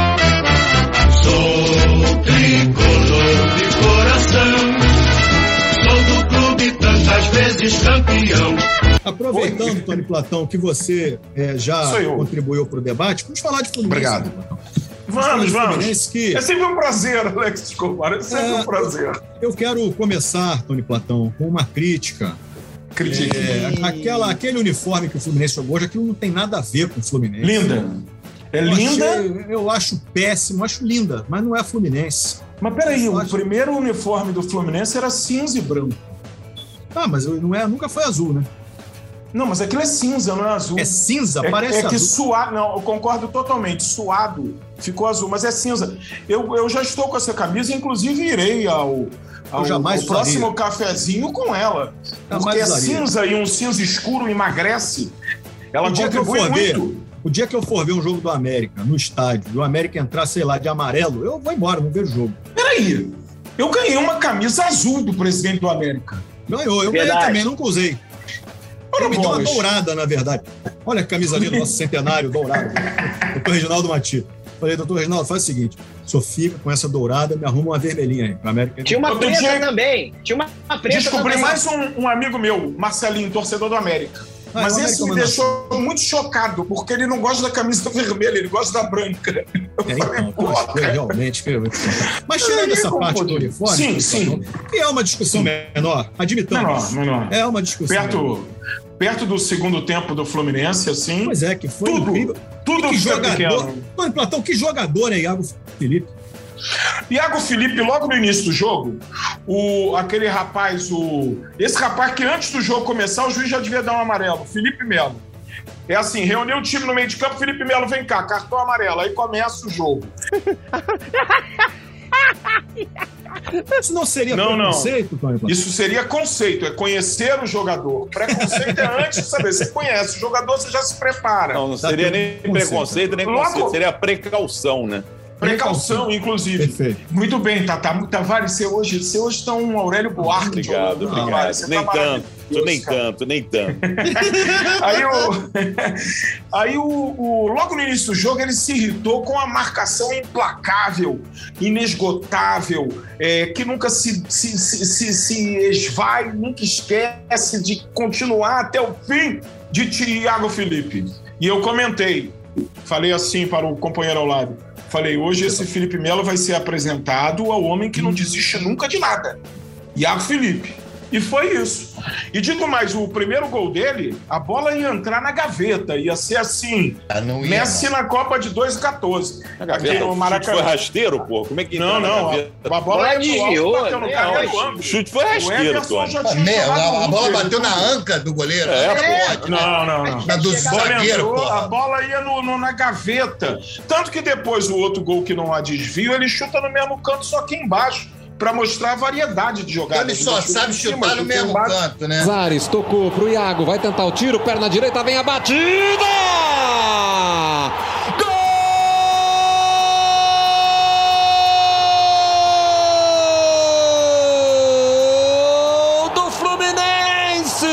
Sou tricolor de coração, sou do clube tantas vezes campeão. Aproveitando, Tony Platão, que você é, já Sou eu. contribuiu para o debate, vamos falar de Fluminense. Obrigado. Tony Platão. falar Vamos, de vamos. Fluminense que É sempre um prazer, Alex Escobar. É sempre É, um prazer. eu quero começar, Tony Platão, com uma crítica. Critique. É, aquela, aquele uniforme que o Fluminense jogou hoje, aquilo não tem nada a ver com o Fluminense. Linda. É Eu linda. achei- eu acho péssimo, acho linda, mas não é Fluminense. Mas peraí, Eu o acho- primeiro uniforme do Fluminense era cinza e branco. Ah, mas não é, nunca foi azul, né? Não, mas aquilo é cinza, não é azul. É cinza, É, parece é que azul. suado, não, eu concordo totalmente. Suado ficou azul, mas é cinza. Eu, eu já estou com essa camisa, inclusive irei ao, ao, jamais ao próximo usaria. cafezinho com ela. Jamais Porque é usaria. cinza e um cinza escuro emagrece. Ela O dia que eu contribui for ver, muito. o dia que eu for ver um jogo do América no estádio, e o América entrar, sei lá, de amarelo, eu vou embora, não vejo o jogo. Peraí, eu ganhei uma camisa azul do presidente do América. Ganhou, eu ganhei Verdade. também, nunca usei. Ora, Eu me deu uma bolas. dourada, na verdade. Olha a camisa ali do nosso centenário, dourada. doutor Reginaldo Mati. Falei, doutor Reginaldo, faz o seguinte, o senhor fica com essa dourada, me arruma uma vermelhinha aí, pra América. Tinha uma Outro preta dia- também. Tinha uma preta Descobri também. mais um, um amigo meu, Marcelinho, torcedor do América. Ah, Mas o esse América me mandou. deixou muito chocado, porque ele não gosta da camisa vermelha, ele gosta da branca. Eu É, falei, então, pô, poxa, cara. realmente. que- Mas tirando Aí, essa como parte pode? do uniforme, Sim, Tony sim. Platão, que é uma discussão menor, admitamos. Menor, menor. É uma discussão menor. Perto, perto do segundo tempo do Fluminense, assim, Pois é, que foi tudo, incrível. tudo que fica jogador. pequeno. Tony Platão, que jogador é Iago Felipe? Iago Felipe, logo no início do jogo, o, aquele rapaz, o, esse rapaz que antes do jogo começar, o juiz já devia dar um amarelo, Felipe Melo. É assim, reuniu o time no meio de campo, Felipe Melo, vem cá, cartão amarelo, aí começa o jogo. Isso não seria Não, não. preconceito, Tony Platão? Isso seria conceito, é conhecer o jogador. Preconceito é antes de saber. Você conhece o jogador, você já se prepara. Não, não Tá seria tudo nem conceito. preconceito, nem Logo- conceito, seria precaução, né? Precaução, inclusive. Perfeito. Muito bem, Tata. Tavares, você hoje, você hoje está um Aurélio Buarque. Obrigado, de jogador, obrigado. Tavares, você Nem tá tanto, maravilhoso, nem cara. tanto, nem tanto. Aí, o, aí o, o- logo no início do jogo, ele se irritou com a marcação implacável, inesgotável, é, que nunca se, se, se, se, se esvai, nunca esquece de continuar até o fim de Thiago Felipe. E eu comentei, falei assim para o companheiro ao lado, falei, hoje esse Felipe Melo vai ser apresentado ao homem que não desiste nunca de nada. Iago Felipe. E foi isso. E digo mais, o primeiro gol dele, a bola ia entrar na gaveta, ia ser assim, Ah, não ia, Messi não. na Copa de dois mil e catorze. A gaveta, Aqui no o chute Maracanã. foi rasteiro, pô? Como é que Não, entrou na não, gaveta? a, a bola ia pro alto, desviou, bateu no né? cara do O ângulo. O chute foi O rasteiro, Everson Tony. já Ah, tinha meu, jogado a, a muito bola ele, bateu tudo. na anca do goleiro. É, Não pô. pode, né? Não, não, não. Na do A bola zagueiro, entrou, a porra. bola ia no, no- na gaveta. Tanto que depois o outro gol que não há desvio, ele chuta no mesmo canto, só que embaixo, pra mostrar a variedade de jogadas. Ele só Ele chuta sabe em cima, chutar no chuta mesmo embaixo. canto, né? Casares tocou pro Iago, vai tentar o tiro, perna direita, vem a batida! Gol do Fluminense!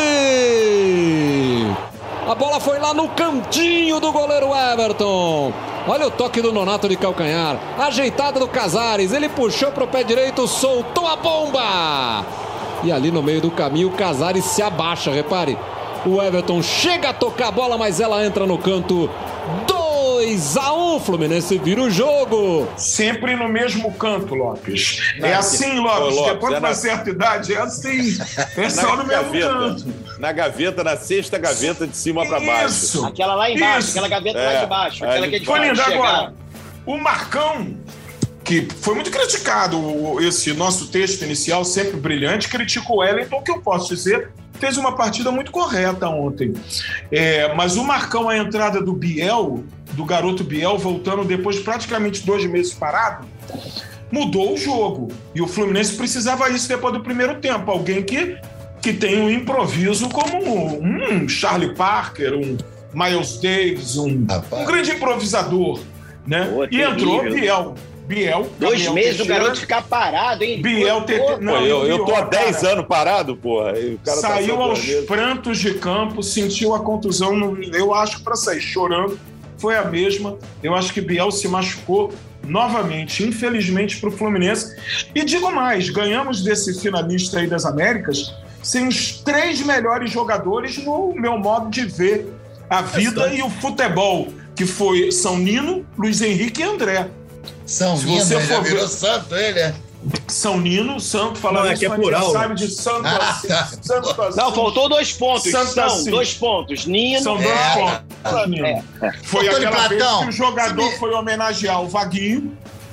A bola foi lá no cantinho do goleiro Everton. Olha o toque do Nonato de calcanhar. Ajeitada do Casares. Ele puxou pro pé direito, soltou a bomba. E ali no meio do caminho o Casares se abaixa, repare. O Everton chega a tocar a bola, mas ela entra no canto do dois a um, Fluminense vira o jogo. Sempre no mesmo canto, Lopes. Não, é assim, Lopes. Ô, Lopes, Depois de é uma na... certa idade, é assim. É só no mesmo gaveta, canto. Na gaveta, na sexta gaveta de cima para baixo. Isso. Aquela lá embaixo, Isso. aquela gaveta É. lá de baixo. Aquela É, que é de Foi lindo. chegar. Agora, o Marcão, que foi muito criticado, esse nosso texto inicial, sempre brilhante, critica o Wellington, que eu posso dizer, fez uma partida muito correta ontem. É, mas o Marcão, a entrada do Biel, do garoto Biel, voltando depois de praticamente dois meses parado, mudou o jogo. E o Fluminense precisava isso depois do primeiro tempo. Alguém que, que tem um improviso como um Charlie Parker, um Miles Davis, um, um grande improvisador. Né? Pô, e entrou terrível. Biel. Biel. Dois Gabriel meses do Teixeira. garoto ficar parado, hein? Biel ter... Pô, Não, Pô, eu, eu tô há pior, dez cara. anos parado, porra. E o cara Saiu tá aos mesmo. prantos de campo, sentiu a contusão, no, eu acho, para sair chorando. Foi a mesma. Eu acho que Biel se machucou novamente, infelizmente, para o Fluminense. E digo mais, ganhamos desse finalista aí das Américas sem os três melhores jogadores no meu modo de ver a vida e o futebol, que foi São Nino, Luiz Henrique e André. São Se Nino, você ele já for virou ver- santo, ele, é? São Nino, Santo, falando Não, é isso, que é mas plural, ninguém né? sabe de Santo Ah, assim, tá. Santo assim. Não, faltou dois pontos. Santa São Sim. dois pontos. Nino. São dois É, pontos. Nino. É, é. Foi Ô, Tony aquela vez Platão, que o jogador você me- foi homenagear o Vaguinho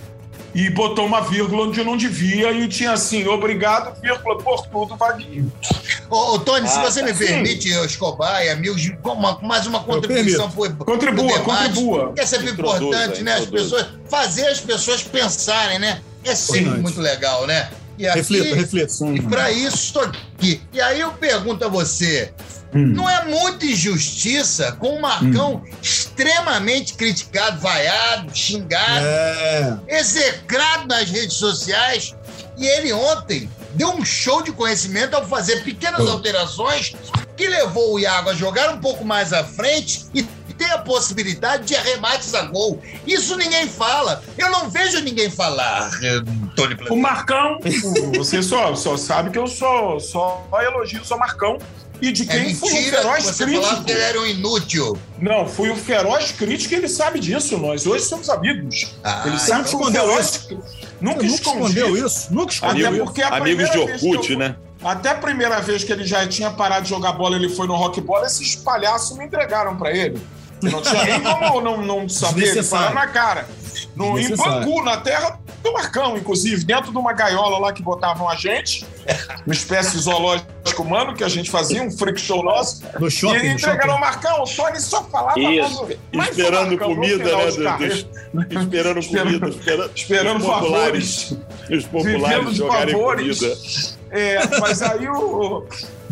e botou uma vírgula onde não devia e tinha assim, obrigado, vírgula, por tudo, Vaguinho. Ô, ô, Tony, se Ah, você me sim. permite, Escobar e amigos, uma- mais uma contribuição pro, pro Contribua, debate, contribua. que é sempre Introduza, importante, né? As introduza. pessoas, fazer as pessoas pensarem, né? É sempre Importante. muito legal, né? E aqui, Reflita, reflita. E para isso estou aqui. E aí eu pergunto a você, Hum. não é muita injustiça com o Marcão extremamente criticado, vaiado, xingado, É. execrado nas redes sociais, e ele ontem deu um show de conhecimento ao fazer pequenas alterações que levou o Iago a jogar um pouco mais à frente e ter a possibilidade de arremates a gol. Isso ninguém fala. Eu não vejo ninguém falar, eh, Tony O Platão. Marcão, o- você só, só sabe que eu só, só elogio o Marcão e de É quem foi o mentira que feroz você falava crítico. que ele era um inútil. Não, fui o feroz crítico e ele sabe disso. Nós hoje somos amigos. Ah, ele sabe então que foi o escondeu feroz. isso. Nunca, Nunca escondi. escondeu isso? Nunca escondeu Até isso. porque a Amigos de primeira vez que Orkut, eu- né? Até a primeira vez que ele já tinha parado de jogar bola, ele foi no rock bola, esses palhaços me entregaram pra ele. Não tinha nem como não, não saber, ele Desnecessário. falar na cara. No, em Desnecessário. Bangu, na terra do Marcão, inclusive, dentro de uma gaiola lá que botavam a gente, uma espécie de zoológico humano que a gente fazia, um freak show nosso. No E shopping, ele no entregaram ao shopping. Marcão, o Tony só falava Isso. mais- mais do Esperando Marcão, no comida, final né? de do- carreira. dos- esperando Esperando- comida. Esperando, Esperando os populares, favores. os Vivendo populares de jogarem favores. comida. É, mas aí o,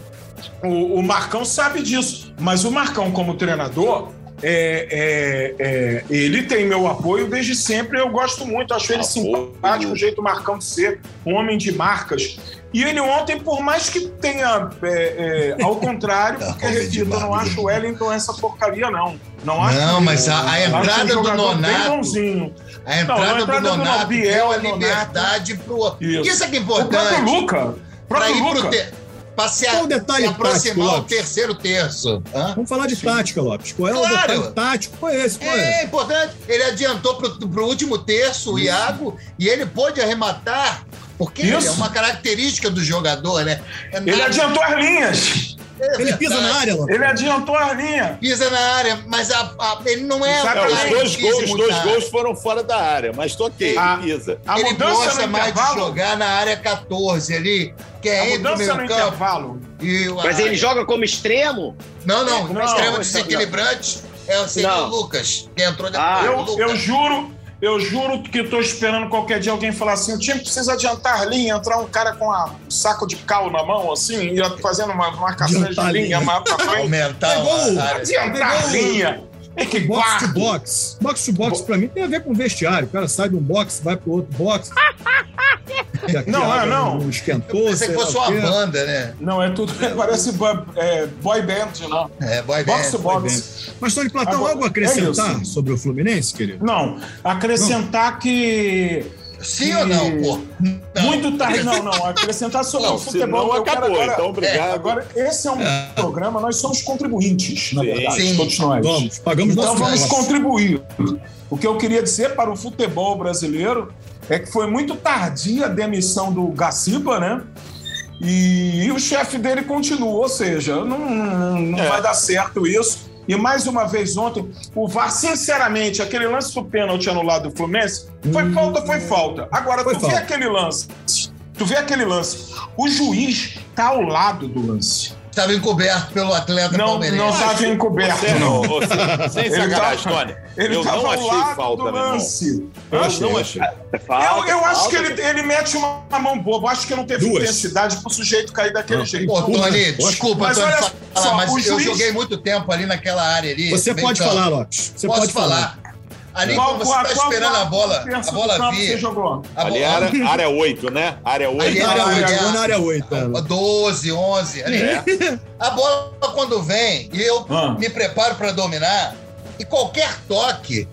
o, o Marcão sabe disso. Mas o Marcão, como treinador, é, é, é, ele tem meu apoio desde sempre. Eu gosto muito, acho ele Apoio. simpático, o jeito do Marcão de ser, um homem de marcas. E ele ontem, por mais que tenha, é, é, ao contrário, porque, Homem de repito, eu não marcas. acho o Wellington essa porcaria, não. Não, acho Não, que- mas a- a eu acho entrada um do jogador bem Nonato- bonzinho. A entrada, Não, a entrada do do Nonato Biel, deu a Nonato. liberdade pro... Isso. Isso é que é O próprio importante. Luca. O Para próprio ir pro Luca. te... Pra se, Qual o a... detalhe se aproximar tático, ao Lopes? terceiro terço. Hã? Vamos falar de tática, Lopes. Qual é o Claro. detalhe tático? Qual é esse? Qual é? É importante. Ele adiantou pro, pro último terço, o Iago, e ele pôde arrematar, porque Isso. é uma característica do jogador, né? É Ele nada- adiantou as linhas. é Ele pisa verdade. na área, Lopes. Ele adiantou as linhas. Pisa na área, mas a- a- ele não é... Sabe, É, um os cara dois que gols, pisa os muito dois na área. gols foram fora da área, mas toquei, A- pisa. A Ele mudança gosta no mais de intervalo. jogar na área catorze ali, que é A entre o mudança meio no campo intervalo. e o... Mas ele joga como extremo? Não, não, Não, o extremo não, desequilibrante é o seria Não. o Lucas, que entrou depois. Ah, o Eu, Lucas. eu juro, eu juro que estou esperando qualquer dia alguém falar assim: o time precisa adiantar a linha, entrar um cara com a- um saco de cal na mão, assim, e fazendo uma marcação de Adiantar a linha linha. mais pra frente. Aumentar É igual o- a área. Adiantar a linha. É que Box to guarda. box. Box to box, pra mim, tem a ver com vestiário. O cara sai de um box, vai pro outro box. E aqui Não, a é, água não. Não esquentou. Pensei que sei lá fosse o uma quê. banda, né? Não, é tudo. Parece bo- é, boy band, não. É, boy Box to band. box. Mas, Tony Platão, Agora, algo a acrescentar é isso. sobre o Fluminense, querido? Não, acrescentar que Sim que... ou não, pô? Não. Muito tarde. Não, não. Acrescentar sobre não, o futebol. Não acabou, agora, então obrigado. É, agora, esse é um é. programa, nós somos contribuintes, na verdade, Sim. todos nós. Vamos, pagamos Então vamos nosso contribuir. O que eu queria dizer para o futebol brasileiro é que foi muito tardia a demissão do Gaciba, né? E, e o chefe dele continua, ou seja, não, não, não é. vai dar certo isso. E mais uma vez ontem, o V A R, sinceramente, aquele lance do pênalti anulado do Fluminense, foi hum. falta, foi falta. Agora, foi tu falta. vê aquele lance, tu vê aquele lance, o juiz tá ao lado do lance. Estava encoberto pelo atleta não, palmeirense. Não estava encoberto, você, não. Você, sem sacanagem, Tony. Ele eu não achei falta, meu irmão. Eu, eu não achei. Eu, eu acho que ele, ele mete uma, uma mão boba. Eu acho que não teve Duas. intensidade pro sujeito cair daquele não. jeito. Pô, Tony, desculpa, mas Tony, olha falar, só, mas eu juiz... joguei muito tempo ali naquela área ali. Você pode campo. falar, Lopes. Você Posso pode falar. falar. Ali, qual, quando você está esperando qual, a bola, a bola vir. Ali era área oito, né? Área oito. Ali área oito, é, na área oito. É. doze, onze. Ali. É. A bola, quando vem, e eu ah. me preparo para dominar, e qualquer toque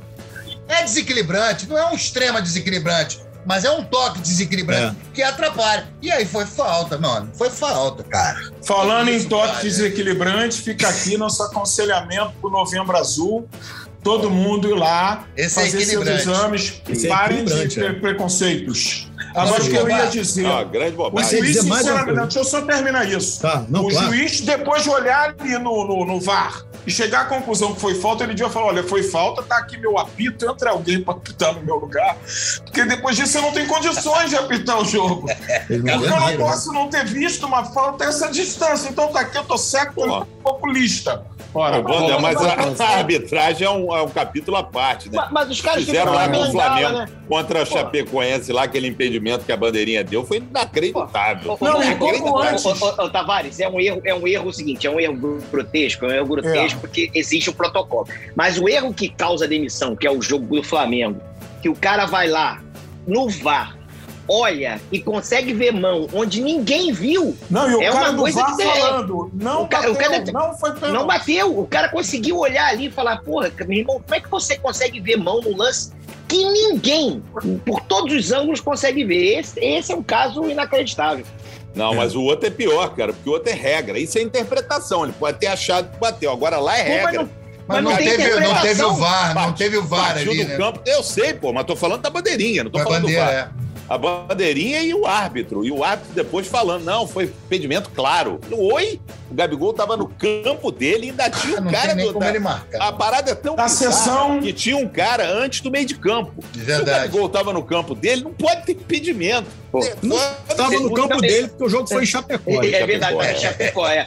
é desequilibrante. Não é um extrema desequilibrante, mas é um toque desequilibrante é. que atrapalha. E aí foi falta, mano. Foi falta, cara. Falando isso, em toque cara. desequilibrante, fica aqui nosso aconselhamento pro Novembro Azul. Todo mundo ir lá, Esse fazer é seus exames, Esse parem é de ter é. preconceitos. Agora, o que eu ia dizer... Ah, grande bobagem. O juiz, sinceramente, deixa eu só terminar isso. Tá, não, o claro. juiz, depois de olhar ali no, no, no V A R e chegar à conclusão que foi falta, ele devia falar, olha, foi falta, tá aqui meu apito, entra alguém para apitar no meu lugar. Porque depois disso eu não tenho condições de apitar o jogo. Porque eu não posso não ter visto uma falta a essa distância. Então tá aqui, eu tô certo, tô um pouco lista. Ora, Banda, mas a, a arbitragem é um, é um capítulo à parte, né? Mas, mas os caras fizeram lá com o Flamengo né? contra a Chapecoense, lá aquele impedimento que a bandeirinha deu, foi inacreditável. Não, não, inacreditável. Ô, Tavares, é um erro, é um erro seguinte, é um erro grotesco, é um erro grotesco é. porque existe um protocolo. Mas o erro que causa a demissão, que é o jogo do Flamengo, que o cara vai lá no V A R, olha e consegue ver mão onde ninguém viu. Não, e o é cara uma do coisa V A R que falando, não o cara, bateu, o cara, não foi pênalti. Não bateu. O cara conseguiu olhar ali e falar, porra, meu irmão, como é que você consegue ver mão no lance que ninguém, por todos os ângulos, consegue ver? Esse, esse é um caso inacreditável. Não, mas o outro é pior, cara, porque o outro é regra. Isso é interpretação. Ele pode ter achado que bateu. Agora lá é regra. Mas não, mas não, não, teve, não teve o V A R, não teve o V A R ali, né? Campo, eu sei, pô, mas tô falando da bandeirinha, não tô a falando bandeira, do V A R. É. A bandeirinha e o árbitro. E o árbitro depois falando, não, foi impedimento claro. Oi? O Gabigol tava no campo dele e ainda tinha um ah, cara... do, da, ele marca. A parada é tão bizarra sessão... que tinha um cara antes do meio de campo. De verdade. Se o Gabigol tava no campo dele, não pode ter impedimento. Pô, não estava no campo não, dele porque o jogo foi em Chapecó. É, é verdade, é Chapecó, é.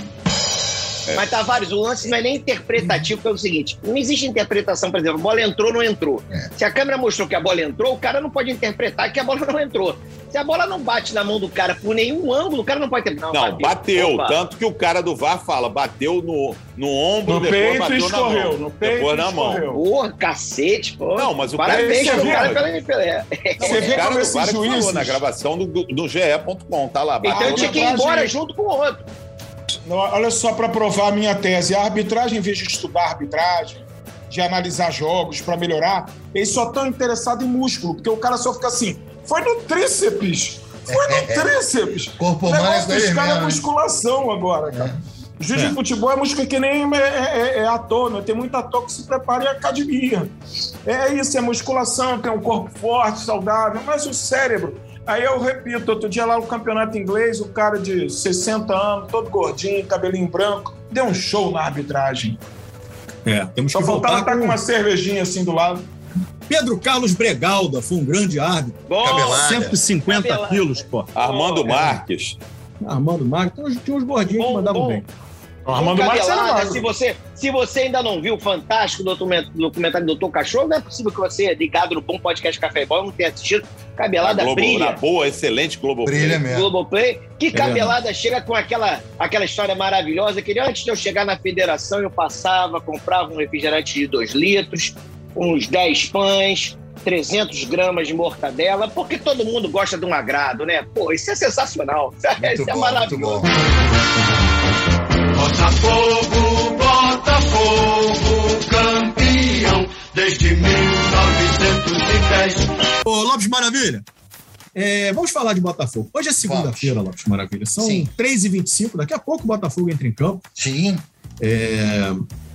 É. Mas, Tavares, o lance não é nem interpretativo, pelo seguinte, não existe interpretação, por exemplo, a bola entrou ou não entrou. É. Se a câmera mostrou que a bola entrou, o cara não pode interpretar que a bola não entrou. Se a bola não bate na mão do cara por nenhum ângulo, o cara não pode ter... Não, não bateu. bateu tanto que o cara do V A R fala, bateu no, no ombro, no depois peito bateu escorreu, na mão. No peito depois na mão. Porra, cacete, pô. Não, mas o Parabéns cara... Parabéns pro cara pela... pela... Você vê como esses juízes... falou na gravação do, do G E ponto com, tá lá. Então eu tinha que ir embora junto com o outro. Olha só, para provar a minha tese, a arbitragem, em vez de estudar arbitragem, de analisar jogos para melhorar, eles só estão interessados em músculo, porque o cara só fica assim, foi no tríceps, foi no tríceps. Corpo o negócio humano dos é caras é musculação agora, cara. É. Juiz é. de futebol é músculo que nem é, é, é ator, né? Tem muito ator que se prepara em academia. É isso, é musculação, tem um corpo forte, saudável, mas o cérebro... Aí eu repito, outro dia lá no campeonato inglês, o cara de sessenta anos, todo gordinho, cabelinho branco, deu um show na arbitragem. É, temos Só que faltava voltar estar com... com uma cervejinha assim do lado. Pedro Carlos Bregalda foi um grande árbitro. Cabelada. cento e cinquenta Cabelada. quilos, pô. Armando é. Marques. Armando Marques. Então, tinha uns gordinhos bom, que mandavam bom. bem. Armando Marques era se você, se você ainda não viu o fantástico documentário do doutor Cachorro, não é possível que você, ligado no bom podcast Café e Bola, não tenha assistido. Cabelada Globo, brilha. Na boa, excelente Globoplay. Brilha mesmo. Globoplay. Que é Cabelada mesmo. chega com aquela, aquela história maravilhosa que antes de eu chegar na federação, eu passava, comprava um refrigerante de dois litros, uns dez pães, trezentas gramas de mortadela, porque todo mundo gosta de um agrado, né? Pô, isso é sensacional. Muito isso bom, é maravilhoso. Muito bom. Botafogo, Botafogo, campeão, desde mil novecentos e dez. Ô, Lopes Maravilha, é, vamos falar de Botafogo. Hoje é segunda-feira, Lopes Maravilha. São Sim. três e vinte e cinco, daqui a pouco o Botafogo entra em campo. Sim. É,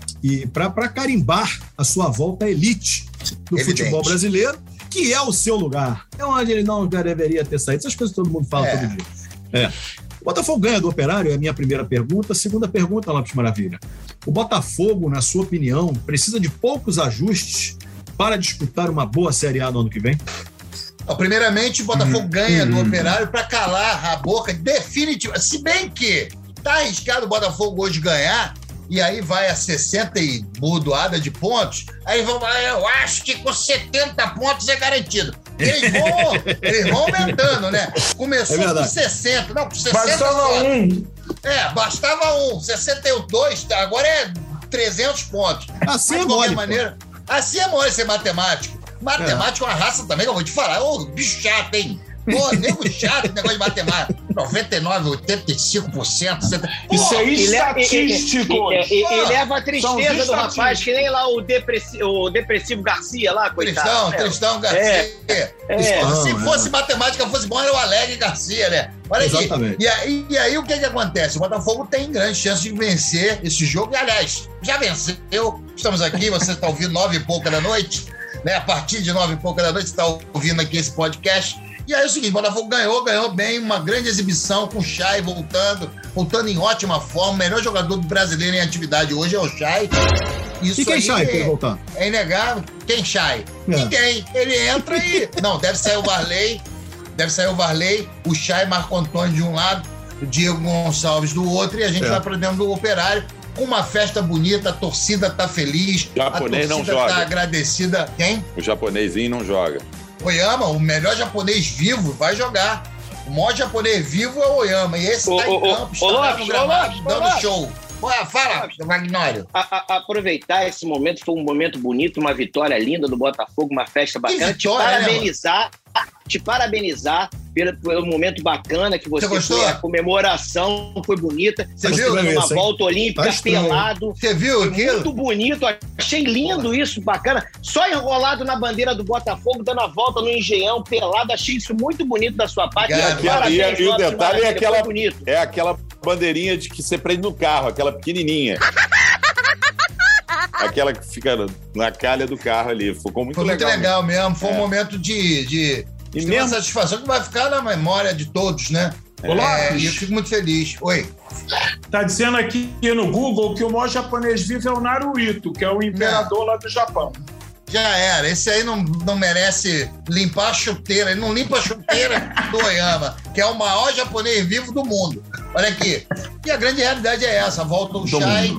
e para carimbar a sua volta à elite do Evidente. futebol brasileiro, que é o seu lugar. É onde ele não deveria ter saído. Essas coisas que todo mundo fala É. todo dia. É. O Botafogo ganha do Operário, é a minha primeira pergunta. Segunda pergunta, Lopes Maravilha. O Botafogo, na sua opinião, precisa de poucos ajustes para disputar uma boa Série A no ano que vem? Ó, primeiramente, o Botafogo Hum, ganha hum. do Operário para calar a boca definitiva. Se bem que tá arriscado o Botafogo hoje ganhar, e aí vai a sessenta e burdoada de pontos, aí vão, eu acho que com setenta pontos é garantido. Eles vão, eles vão aumentando, né? Começou É com verdade. sessenta, não, com sessenta Bastava só. um. É, bastava um, sessenta e dois, agora é trezentos pontos. Assim Mas, é de qualquer mole, pô. maneira, assim é mole ser matemático. Matemático é uma raça também, que eu vou te falar. Ô, bicho chato, hein? Pô, nego chato, negócio de matemática. noventa e nove, oitenta e cinco por cento. Pô, Isso é E le- estatístico. E, e, e, e Pô, leva a são tristeza do estatísticos. rapaz, que nem lá o, depressi, o depressivo Garcia lá, coitado. Tristão, né? Tristão Garcia. é. Pô, se Não, fosse é. matemática, fosse bom, era o Alegre Garcia, né? Olha aqui. Exatamente. E aí, e aí, o que que acontece? O Botafogo tem grande chance de vencer esse jogo. E, aliás, já venceu. Estamos aqui, você está ouvindo nove e pouca da noite, né? A partir de nove e pouca da noite, você está ouvindo aqui esse podcast. E aí é o seguinte, o Botafogo ganhou, ganhou bem, uma grande exibição com o Chay voltando, voltando em ótima forma. O melhor jogador brasileiro em atividade hoje é o Chay. Isso E quem aí Chay para é, ele voltar? é inegável. Quem Chay? É. Ninguém. Ele entra e... Não, deve sair o Varley, deve sair o Varley, o Chay, Marco Antônio de um lado, o Diego Gonçalves do outro, e a gente É. vai para dentro do Operário. Com uma festa bonita, a torcida tá feliz, Japonês a não torcida joga. tá agradecida. Quem? O japonesinho não joga. Oyama, o melhor japonês vivo, vai jogar. O maior japonês vivo é o Oyama. E esse Ô, tá ô, em ô, campo, ô, está lá no Lopes, ô, gramado, Lopes, ô, dando Lopes. show. Ué, fala, Magnório. A- a- aproveitar esse momento, foi um momento bonito, uma vitória linda do Botafogo, uma festa bacana. Te vitória, né, parabenizar, te parabenizar pelo, pelo momento bacana que você, Você gostou? foi. A comemoração foi bonita. Você Você viu fez uma isso, hein? volta olímpica Tá estranho. pelado. Você viu Foi aquilo? muito bonito, achei lindo isso, bacana. Só enrolado na bandeira do Botafogo, dando a volta no Engenhão, pelado. Achei isso muito bonito da sua parte. Obrigado. E, a- Parabéns, e a- e o Lopes detalhe é Maravilha, aquela, foi bonito. é aquela bandeirinha de que você prende no carro, aquela pequenininha. Aquela que fica na calha do carro ali. Ficou muito Foi muito legal. legal mesmo. Foi um É. momento de, de, E de mesmo- uma satisfação que vai ficar na memória de todos, né? Ô, É, Lopes. e eu fico muito feliz. Oi. Tá dizendo aqui no Google que o maior japonês vivo é o Naruhito, que é o imperador lá do Japão. Já era. Esse aí não, não merece limpar a chuteira. Ele não limpa a chuteira do Oyama, que é o maior japonês vivo do mundo. Olha aqui. E a grande realidade é essa. Volta o Chay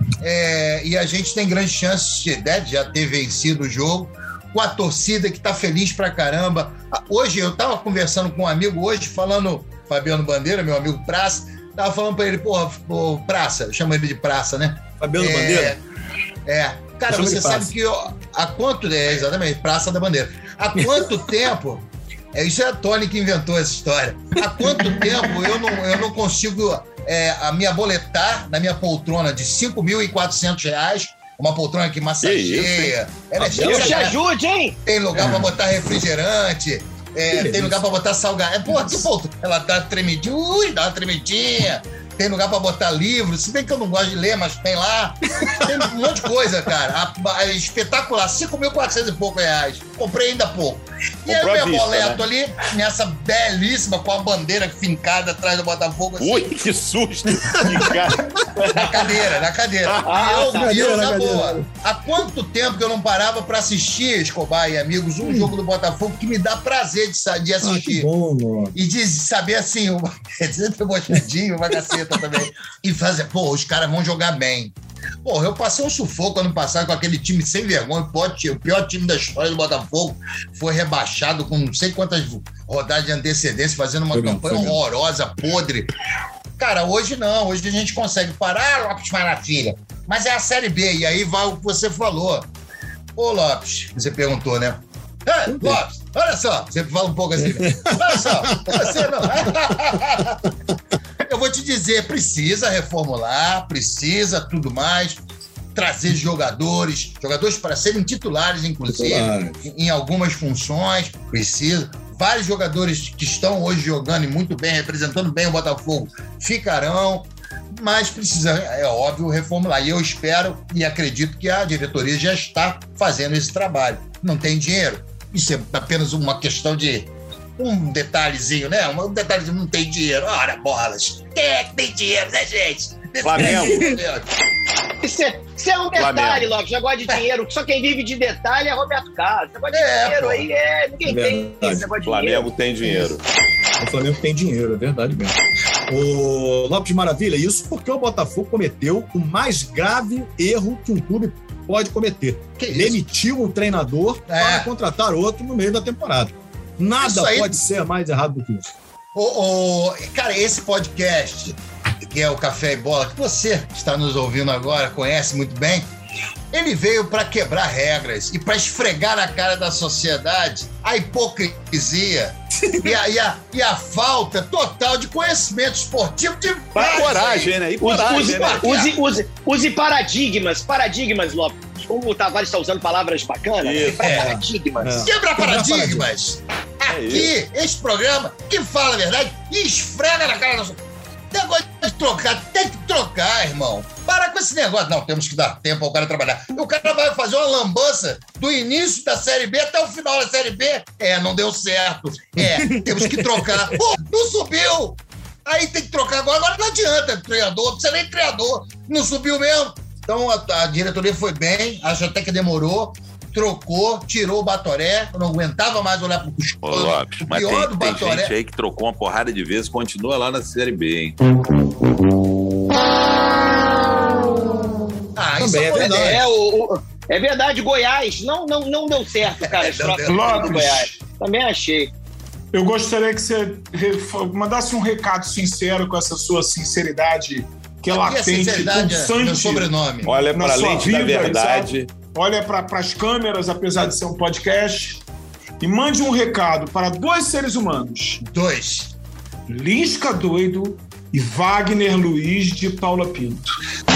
é, e a gente tem grandes chances de, né, de já ter vencido o jogo com a torcida que tá feliz pra caramba. Hoje, eu tava conversando com um amigo hoje, falando, Fabiano Bandeira, meu amigo Praça, tava falando pra ele, porra, pô, Praça, eu chamo ele de Praça, né? Fabiano É, Bandeira? É. Cara, Eu chamo você de sabe Praça. que eu, há quanto... É, exatamente, Praça da Bandeira. Há quanto tempo... É, isso é a Tony que inventou essa história. Há quanto tempo eu não, eu não consigo é, a me aboletar na minha poltrona de cinco mil e quatrocentos reais, uma poltrona que massageia. Ela é cheia Deus de- te ajude, hein? Tem lugar pra botar refrigerante, é, tem lugar pra botar salgado. É, porra, que poltrona. Ela dá tremidinha, ui, dá uma tremidinha. Tem lugar pra botar livro, se bem que eu não gosto de ler, mas tem lá. Tem um monte de coisa, cara. A, a, espetacular, cinco mil e quatrocentos e poucos reais. Comprei ainda há pouco. E aí Comprou eu à me vista, aboleto né? ali, nessa belíssima, com a bandeira fincada atrás do Botafogo. Assim, Ui, que susto! Que cara. na cadeira, na cadeira. Ah, e eu, tá. e eu Cadeira, na cadeira. boa. Há quanto tempo que eu não parava pra assistir, Escobar e amigos, um jogo do Botafogo que me dá prazer de, sa- de Ah, que assistir. bom, mano. E de saber assim, o- sempre mochadinho, uma caceta também. E fazer, pô, os caras vão jogar bem. Pô, eu passei um sufoco ano passado com aquele time sem vergonha, o pior time- o pior time da história do Botafogo. Foi rebaixado com não sei quantas rodadas de antecedência, fazendo uma Foi mesmo, campanha foi mesmo. horrorosa, podre. Cara, hoje não, hoje a gente consegue parar, Lopes Maravilha. Mas é a Série B, e aí vai o que você falou. Ô, Lopes, você perguntou, né? É, Lopes, olha só, você fala um pouco assim. Olha só, você não. Eu vou te dizer, precisa reformular, precisa tudo mais. trazer jogadores, jogadores para serem titulares, inclusive, Titulares. em algumas funções, precisa. Vários jogadores que estão hoje jogando e muito bem, representando bem o Botafogo, ficarão, mas precisa, é óbvio, reformular. E eu espero e acredito que a diretoria já está fazendo esse trabalho. Não tem dinheiro? Isso é apenas uma questão de um detalhezinho, né? Um detalhezinho, não tem dinheiro. Ora, bolas! Quem é que tem dinheiro, né, gente? Flamengo. Isso é, isso é um detalhe, Lopes. Negócio de dinheiro. Só quem vive de detalhe é Roberto Carlos. Negócio de É, dinheiro pô. aí é. Ninguém É tem verdade. esse negócio de Flamengo dinheiro. tem dinheiro. O Flamengo tem dinheiro, é verdade mesmo. O Lopes Maravilha, isso porque o Botafogo cometeu o mais grave erro que um clube pode cometer. Que isso? Demitiu um treinador É. para contratar outro no meio da temporada. Nada Isso aí- pode ser mais errado do que isso. O, o- cara, esse podcast, que é o Café e Bola, que você que está nos ouvindo agora, conhece muito bem, ele veio para quebrar regras e para esfregar na cara da sociedade a hipocrisia e, a, e, a, e a falta total de conhecimento esportivo de E base. coragem, né? E Use, coragem, use, né? use, use, use paradigmas, paradigmas, Lopes. Como o Tavares está usando palavras bacanas, Isso. para É. paradigmas. É. Quebrar Quebrar paradigmas. Aqui, esse programa que fala a verdade e esfrega na cara da sociedade. Negócio de trocar, tem que trocar, irmão. Para com esse negócio. Não, temos que dar tempo ao cara trabalhar. O cara vai fazer uma lambança do início da Série B até o final da Série B. É, não deu certo. É, temos que trocar. Pô, não subiu. Aí tem que trocar agora. Agora não adianta treinador, não precisa nem treinador. Não subiu mesmo. Então a, a diretoria foi bem, acho até que demorou. Trocou, tirou o Batoré. Eu não aguentava mais olhar pro Ô, Lopes, o mas pior tem, do tem Batoré. gente aí que trocou uma porrada de vezes, continua lá na Série B, hein? Ah, isso Também é verdade. É, o, o- é verdade, Goiás. Não, não, não deu certo, cara. As Não trocas deu. do Lopes. Goiás. Também achei. Eu gostaria que você re- mandasse um recado sincero com essa sua sinceridade que é E a latente, sinceridade é meu pulsante. sobrenome. Olha Na pra sua lente da vida, verdade. Olha para as câmeras, apesar de ser um podcast, e mande um recado para dois seres humanos: Dois. Lisca Doido e Wagner Luiz de Paula Pinto.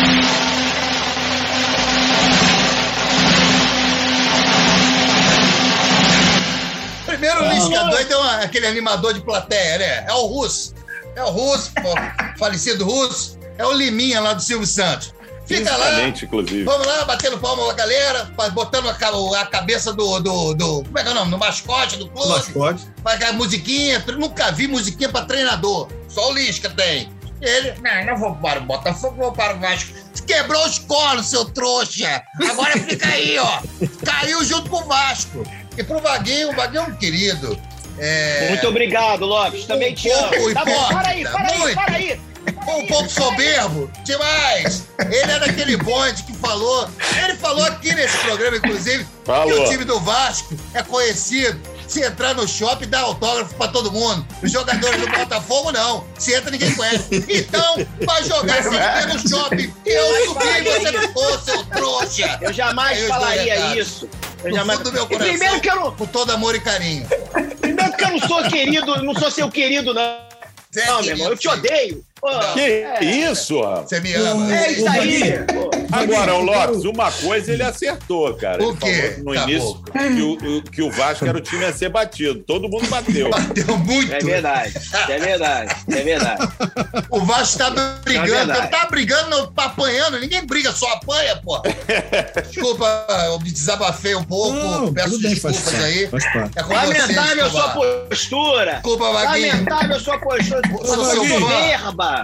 Primeiro, o Lisca Doido é uma- aquele animador de plateia, né? É o Russo. É o Russo, pô, falecido Russo. É o Liminha lá do Silvio Santos. Fica lá, Fisicamente, inclusive. vamos lá, batendo palma pra galera, botando a, ca- a cabeça do, do, do. Como é que é o nome? Do mascote do O clube. mascote. Vai a musiquinha. Nunca vi musiquinha pra treinador. Só o Lisca tem. Ele, não, não vou para o Botafogo, vou para o Vasco. Quebrou os colos, seu trouxa. Agora fica aí, ó. Caiu junto com o Vasco. E pro Vaguinho, o Vaguinho é um querido. É, Muito obrigado, Lopes. Também te Um pouco amo. Tá bom, hipócrita, para aí, para aí, muito. para aí. um pouco soberbo, demais. Ele é daquele bonde que falou. Ele falou aqui nesse programa, inclusive, Falou. que o time do Vasco é conhecido. Se entrar no shopping, dá autógrafo pra todo mundo. Os jogadores do Botafogo, não. Se entra, ninguém conhece. Então, vai jogar sem ver no shopping. Eu subi e você não for, seu trouxa. Eu jamais Aí os dois falaria recados. isso. Eu No jamais... fundo do meu E coração, primeiro que eu não, com todo amor e carinho. primeiro que eu não sou querido, não sou seu querido, não. Você é Não, meu querido, irmão, eu te sim. odeio. Pô, Que é, isso, rapaz? Você me ama. É isso aí. Pô. Agora, o Lopes, uma coisa ele acertou, cara. O Ele quê? falou no Acabou. início que o, o- que o Vasco era o time a ser batido. Todo mundo bateu. Bateu muito. É verdade, é verdade, é verdade. O Vasco tá É brigando, verdade. não tá brigando, não tá apanhando. Ninguém briga, só apanha, pô. Desculpa, eu me desabafei um pouco. Não, peço tudo bem, faz desculpas parte, aí. faz parte. É com Lamentável a você, sua Escobar. postura. Desculpa, Vaguinho. Lamentável a sua postura. Sou Sua seu fã. soberba.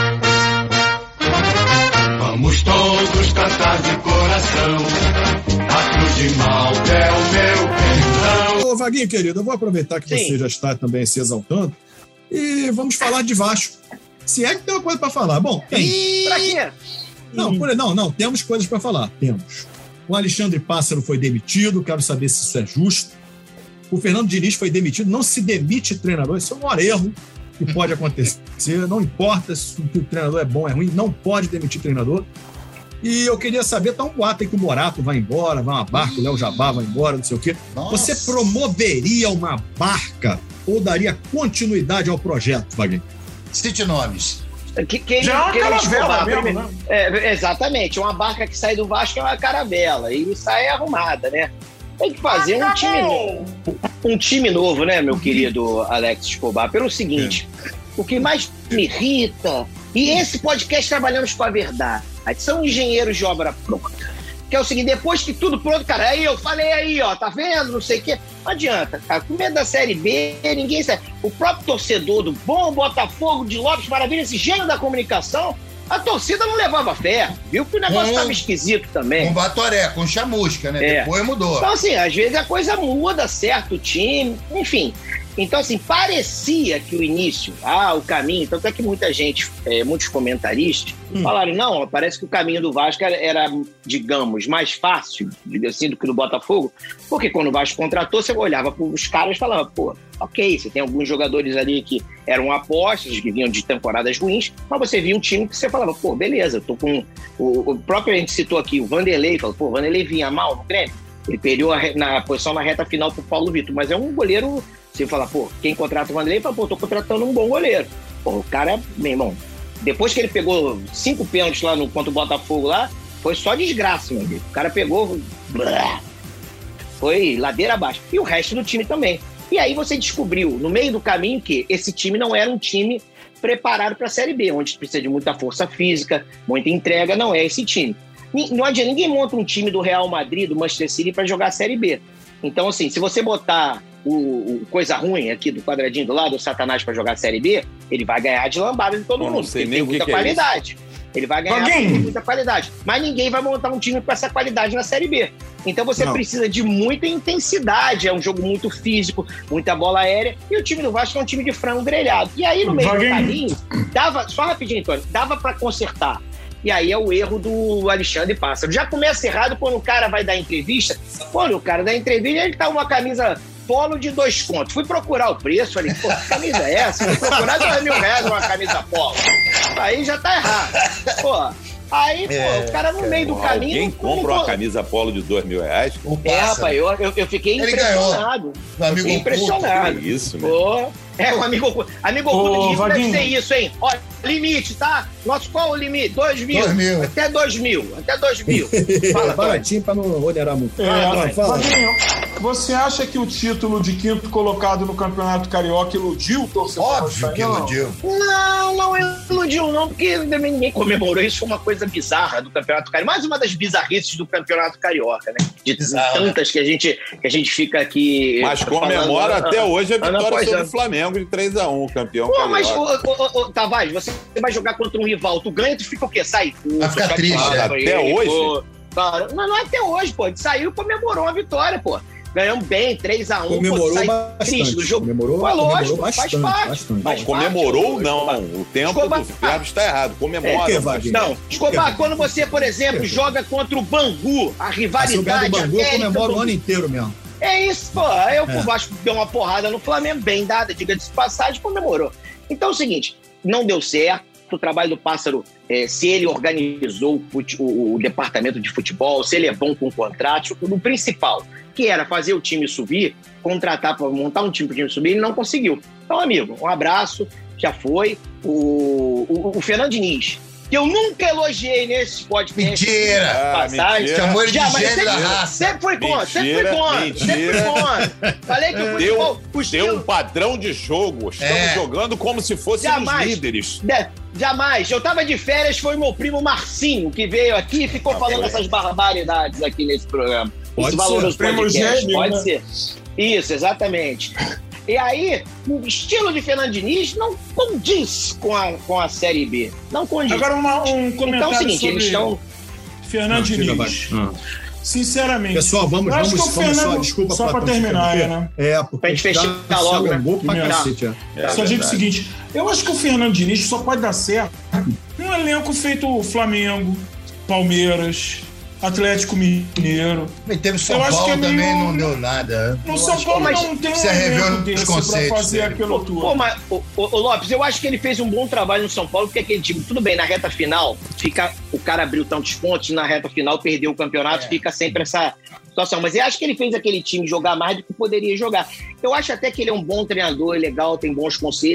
Vamos todos cantar de coração. A cruz de Malta é o meu perdão. Ô, Vaguinho, querido, eu vou aproveitar que Sim. você já está também se exaltando e vamos falar de Vasco. Se é que tem uma coisa para falar. Bom, tem. Pra quê? Não, por- não, não, temos coisas para falar. Temos. O Alexandre Pássaro foi demitido, quero saber se isso é justo. O Fernando Diniz foi demitido, não se demite treinador, isso é um maior erro que pode acontecer. Não importa se o treinador é bom ou é ruim, não pode demitir treinador. E eu queria saber, tá um boato aí que o Morato vai embora, vai uma barca, o Léo Jabá vai embora, não sei o quê. Nossa. Você promoveria uma barca ou daria continuidade ao projeto, Wagner? Cite nomes. Que, que Já é uma que caravela mesmo, primeiro, né? É, exatamente. Uma barca que sai do Vasco é uma caravela. E sai arrumada, né? Tem que fazer um time novo. Um time novo, né, meu querido Alex Escobar? Pelo seguinte, o que mais me irrita... E esse podcast Trabalhamos com a Verdade. São engenheiros de obra pronta. Que é o seguinte, depois que tudo pronto, cara, aí eu falei aí, ó, tá vendo, não sei o quê. Não adianta, cara, com medo da Série B, ninguém sabe. O próprio torcedor do bom Botafogo, de Lopes Maravilha, esse gênio da comunicação, a torcida não levava fé, viu que o negócio estava esquisito também. Com Batoré, com chamusca, né? É. Depois mudou. Então, assim, às vezes a coisa muda, certo, o time, enfim... Então, assim, parecia que o início, ah, o caminho, tanto é que muita gente, é, muitos comentaristas, hum. falaram, não, parece que o caminho do Vasco era, era, digamos, mais fácil, assim, do que do Botafogo, porque quando o Vasco contratou, você olhava para os caras e falava, pô, ok, você tem alguns jogadores ali que eram apostas, que vinham de temporadas ruins, mas você via um time que você falava, pô, beleza, eu tô com... O, o próprio, a gente citou aqui, o Vanderlei, falou, pô, o Vanderlei vinha mal no Grêmio, ele perdeu a, na posição na reta final pro Paulo Vitor, mas é um goleiro... Você fala, pô, quem contrata o Vanderlei, fala, pô, tô contratando um bom goleiro. Pô, o cara, meu irmão, depois que ele pegou cinco pênaltis lá no contra o Botafogo lá, foi só desgraça, meu amigo. O cara pegou, blá, foi ladeira abaixo. E o resto do time também. E aí você descobriu, no meio do caminho, que esse time não era um time preparado para a Série B, onde precisa de muita força física, muita entrega, não é esse time. Não adianta, ninguém monta um time do Real Madrid, do Manchester City, para jogar a Série B. Então, assim, se você botar o, o coisa ruim aqui do quadradinho do lado, o Satanás para jogar a Série B, ele vai ganhar de lambada de todo Eu mundo. não sei Ele nem tem o que muita que é qualidade. Ele vai ganhar porque Alguém? tem muita qualidade. Mas ninguém vai montar um time com essa qualidade na Série B. Então você Não. precisa de muita intensidade. É um jogo muito físico, muita bola aérea. E o time do Vasco é um time de frango grelhado. E aí, no meio Alguém? do caminho, dava, só rapidinho, Antônio, dava para consertar. E aí é o erro do Alexandre Pássaro. Já começa errado quando o cara vai dar entrevista. Quando o cara dá entrevista, ele tá uma camisa polo de dois contos. Fui procurar o preço, falei, pô, que camisa é essa? Fui procurar dois mil reais uma camisa polo. Aí já tá errado. Pô, aí, pô, É, o cara no meio do Bom, caminho... Alguém não- compra não- uma camisa polo de dois mil reais? O É, Pássaro. rapaz, eu, eu, eu fiquei Ele impressionado. Do amigo Fiquei impressionado. Que isso, meu. Pô, é, o amigo oculto. Amigo oculto Ô, de rico deve Vaguinho. ser isso, hein? Olha, limite, tá? Nosso qual o limite? Dois mil. Dois mil. Até dois mil. Até dois mil. Fala, Tony. Baratinho para não onerar muito. É, Fala, fala. Vaguinho, você acha que o título de quinto colocado no Campeonato Carioca iludiu o torcedor? Óbvio que Não. iludiu. Não, não iludiu não, porque também ninguém comemorou. Isso foi uma coisa bizarra do Campeonato Carioca. Mais uma das bizarrices do Campeonato Carioca, né? De Bizarro, tantas que a gente, que a gente fica aqui... Mas falando, comemora ano- até hoje a ano vitória após sobre ano. o Flamengo de três a um, campeão Pô, mas, carioca. ô, ô, ô, Tavares, você vai jogar contra um rival, tu ganha, tu fica o quê? Sai puto, Vai ficar triste, chateado, é. Até aí, hoje? pô. Cara, não, não é até hoje, pô. Saiu e comemorou a vitória, pô. Ganhamos bem, três a um. Comemorou pô, sai bastante. triste do jogo. Comemorou, Foi lógico, comemorou faz bastante, parte. bastante. Faz Não, comemorou parte, não. Escobar. O tempo Escobar. do verbo está errado. Comemora. Por quê, mas- Wagner? Não, Escobar, quando você, por exemplo, joga contra o Bangu, a Se eu ganhar rivalidade... do Bangu, eu América, comemoro o Bangu. ano inteiro mesmo. É isso, pô. Aí o É. Vasco deu uma porrada no Flamengo, bem dada, diga-se de passagem, comemorou. Então é o seguinte, não deu certo. O trabalho do Pássaro, é, se ele organizou o, fute- o- o departamento de futebol, se ele é bom com contratos, o principal, que era fazer o time subir, contratar para montar um time para o time subir, ele não conseguiu. Então, amigo, um abraço, já foi. O, o, o Fernando Diniz, que eu nunca elogiei nesse podcast. Mentira! Ah, Passagem. mentira. Chamou ele de Já, mas gênio da sempre, raça. sempre foi contra, sempre foi Mentira, contra, mentira. sempre foi contra. Falei que o Deu, futebol, o deu estilo, um padrão de jogo. Estamos É. jogando como se fossemos Jamais. líderes. né, jamais. Eu tava de férias, foi meu primo Marcinho que veio aqui e ficou falando essas barbaridades aqui nesse programa. Pode Esse ser. valoroso Primo podcast, gêmeo, pode né? ser. Isso, exatamente. E aí, o estilo de Fernando Diniz não condiz com a, com a Série B. Não condiz. Agora uma- um comentário então é o seguinte, sobre eles estão... Fernando Não, tira Diniz. abaixo. Ah. Sinceramente. Pessoal, vamos, eu acho vamos, que o vamos só, Fernando, desculpa, só para Platão, te terminar, interromper. né? É, porque Pra gente fechar já logo, né? alongou pra Primeiro. cacete. é. É Só digo o verdade. seguinte, eu acho que o Fernando Diniz só pode dar certo num elenco feito Flamengo, Palmeiras, Atlético Mineiro. E teve São Eu acho Paulo que é meio- também, não deu nada. No Eu São acho Paulo que- mas não tem um precisa rever elenco os desse pra conceitos fazer dele. aquilo Pô, tudo. mas, ô, ô, ô, Lopes, eu acho que ele fez um bom trabalho no São Paulo, porque aquele time, tudo bem, na reta final, fica, o cara abriu tantos pontos, na reta final perdeu o campeonato, É. fica sempre essa situação. Mas eu acho que ele fez aquele time jogar mais do que poderia jogar. Eu acho até que ele é um bom treinador, é legal, tem bons conceitos.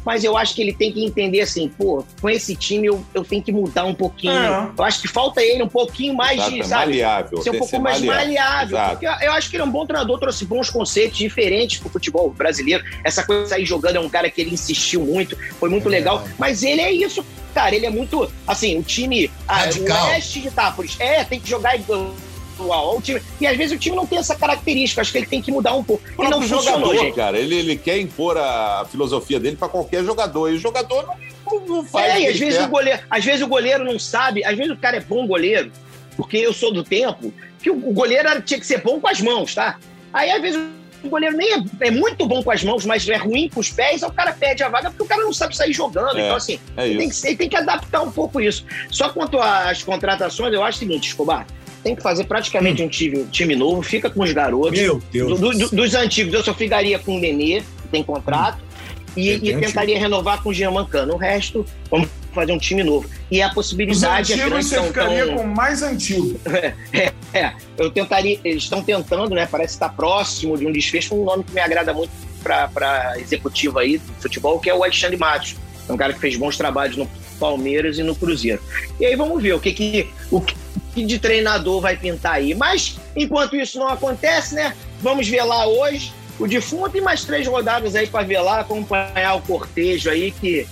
mas eu acho que ele tem que entender assim, pô, com esse time eu, eu tenho que mudar um pouquinho. É. Eu acho que falta ele um pouquinho mais Exato, de, sabe? maleável. Ser um pouco mais maleável. maleável porque eu acho que ele é um bom treinador, trouxe bons conceitos diferentes pro futebol brasileiro. Essa coisa de sair jogando é um cara que ele insistiu muito, foi muito é. legal, mas ele é isso, cara, ele é muito, assim, o time, ah, o Oeste de Itápolis, é, tem que jogar igual o time, e às vezes o time não tem essa característica, acho que ele tem que mudar um pouco. Ele não funcionou, jogador, cara, ele, ele quer impor a filosofia dele para qualquer jogador, e o jogador não, não faz. É, e às vezes, o goleiro, às vezes o goleiro não sabe, às vezes o cara é bom goleiro, porque eu sou do tempo que o goleiro tinha que ser bom com as mãos, tá? Aí às vezes o goleiro nem é, é muito bom com as mãos, mas é ruim com os pés, aí o cara perde a vaga porque o cara não sabe sair jogando. É, então, assim, é tem, que, tem que adaptar um pouco isso. Só quanto às contratações, eu acho o seguinte, Escobar, tem que fazer praticamente hum. um, time, um time novo, fica com os garotos. Meu Deus. Do, do, dos antigos, eu só ficaria com o Nenê, que tem contrato, hum. e, e tentaria renovar com o Jean Mancano. O resto, vamos fazer um time novo. E a possibilidade... Os antigos é você ficaria tão... com o mais antigo. É, é, eu tentaria... Eles estão tentando, né? Parece estar próximo de um desfecho, um nome que me agrada muito para executivo aí do futebol, que é o Alexandre Matos. É um cara que fez bons trabalhos no Palmeiras e no Cruzeiro. E aí vamos ver o que que... O que que de treinador vai pintar aí. Mas, enquanto isso não acontece, né? Vamos ver lá hoje o defunto e mais três rodadas aí para ver lá, acompanhar o cortejo aí que...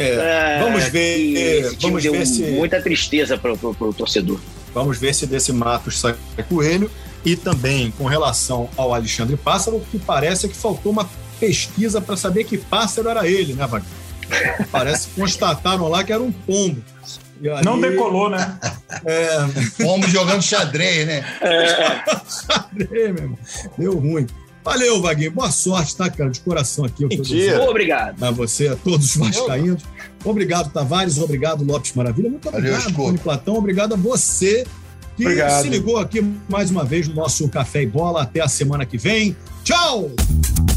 É, uh, vamos ver... Que esse time vamos deu ver se... muita tristeza para o torcedor. Vamos ver se desse Matos sai coelho. E também, com relação ao Alexandre Pássaro, o que parece é que faltou uma pesquisa para saber que pássaro era ele, né, Wagner? Parece que constataram lá que era um pombo. Ali... Não decolou, né? É... Pombo jogando xadrez, né? É. Xadrez, meu irmão. Deu ruim. Valeu, Vaguinho. Boa sorte, tá, cara? De coração aqui. Eu obrigado. A você, a todos os vascaínos. Obrigado, Tavares. Obrigado, Lopes Maravilha. Muito obrigado, Tony Platão. Obrigado a você que obrigado. se ligou aqui mais uma vez no nosso Café e Bola. Até a semana que vem. Tchau!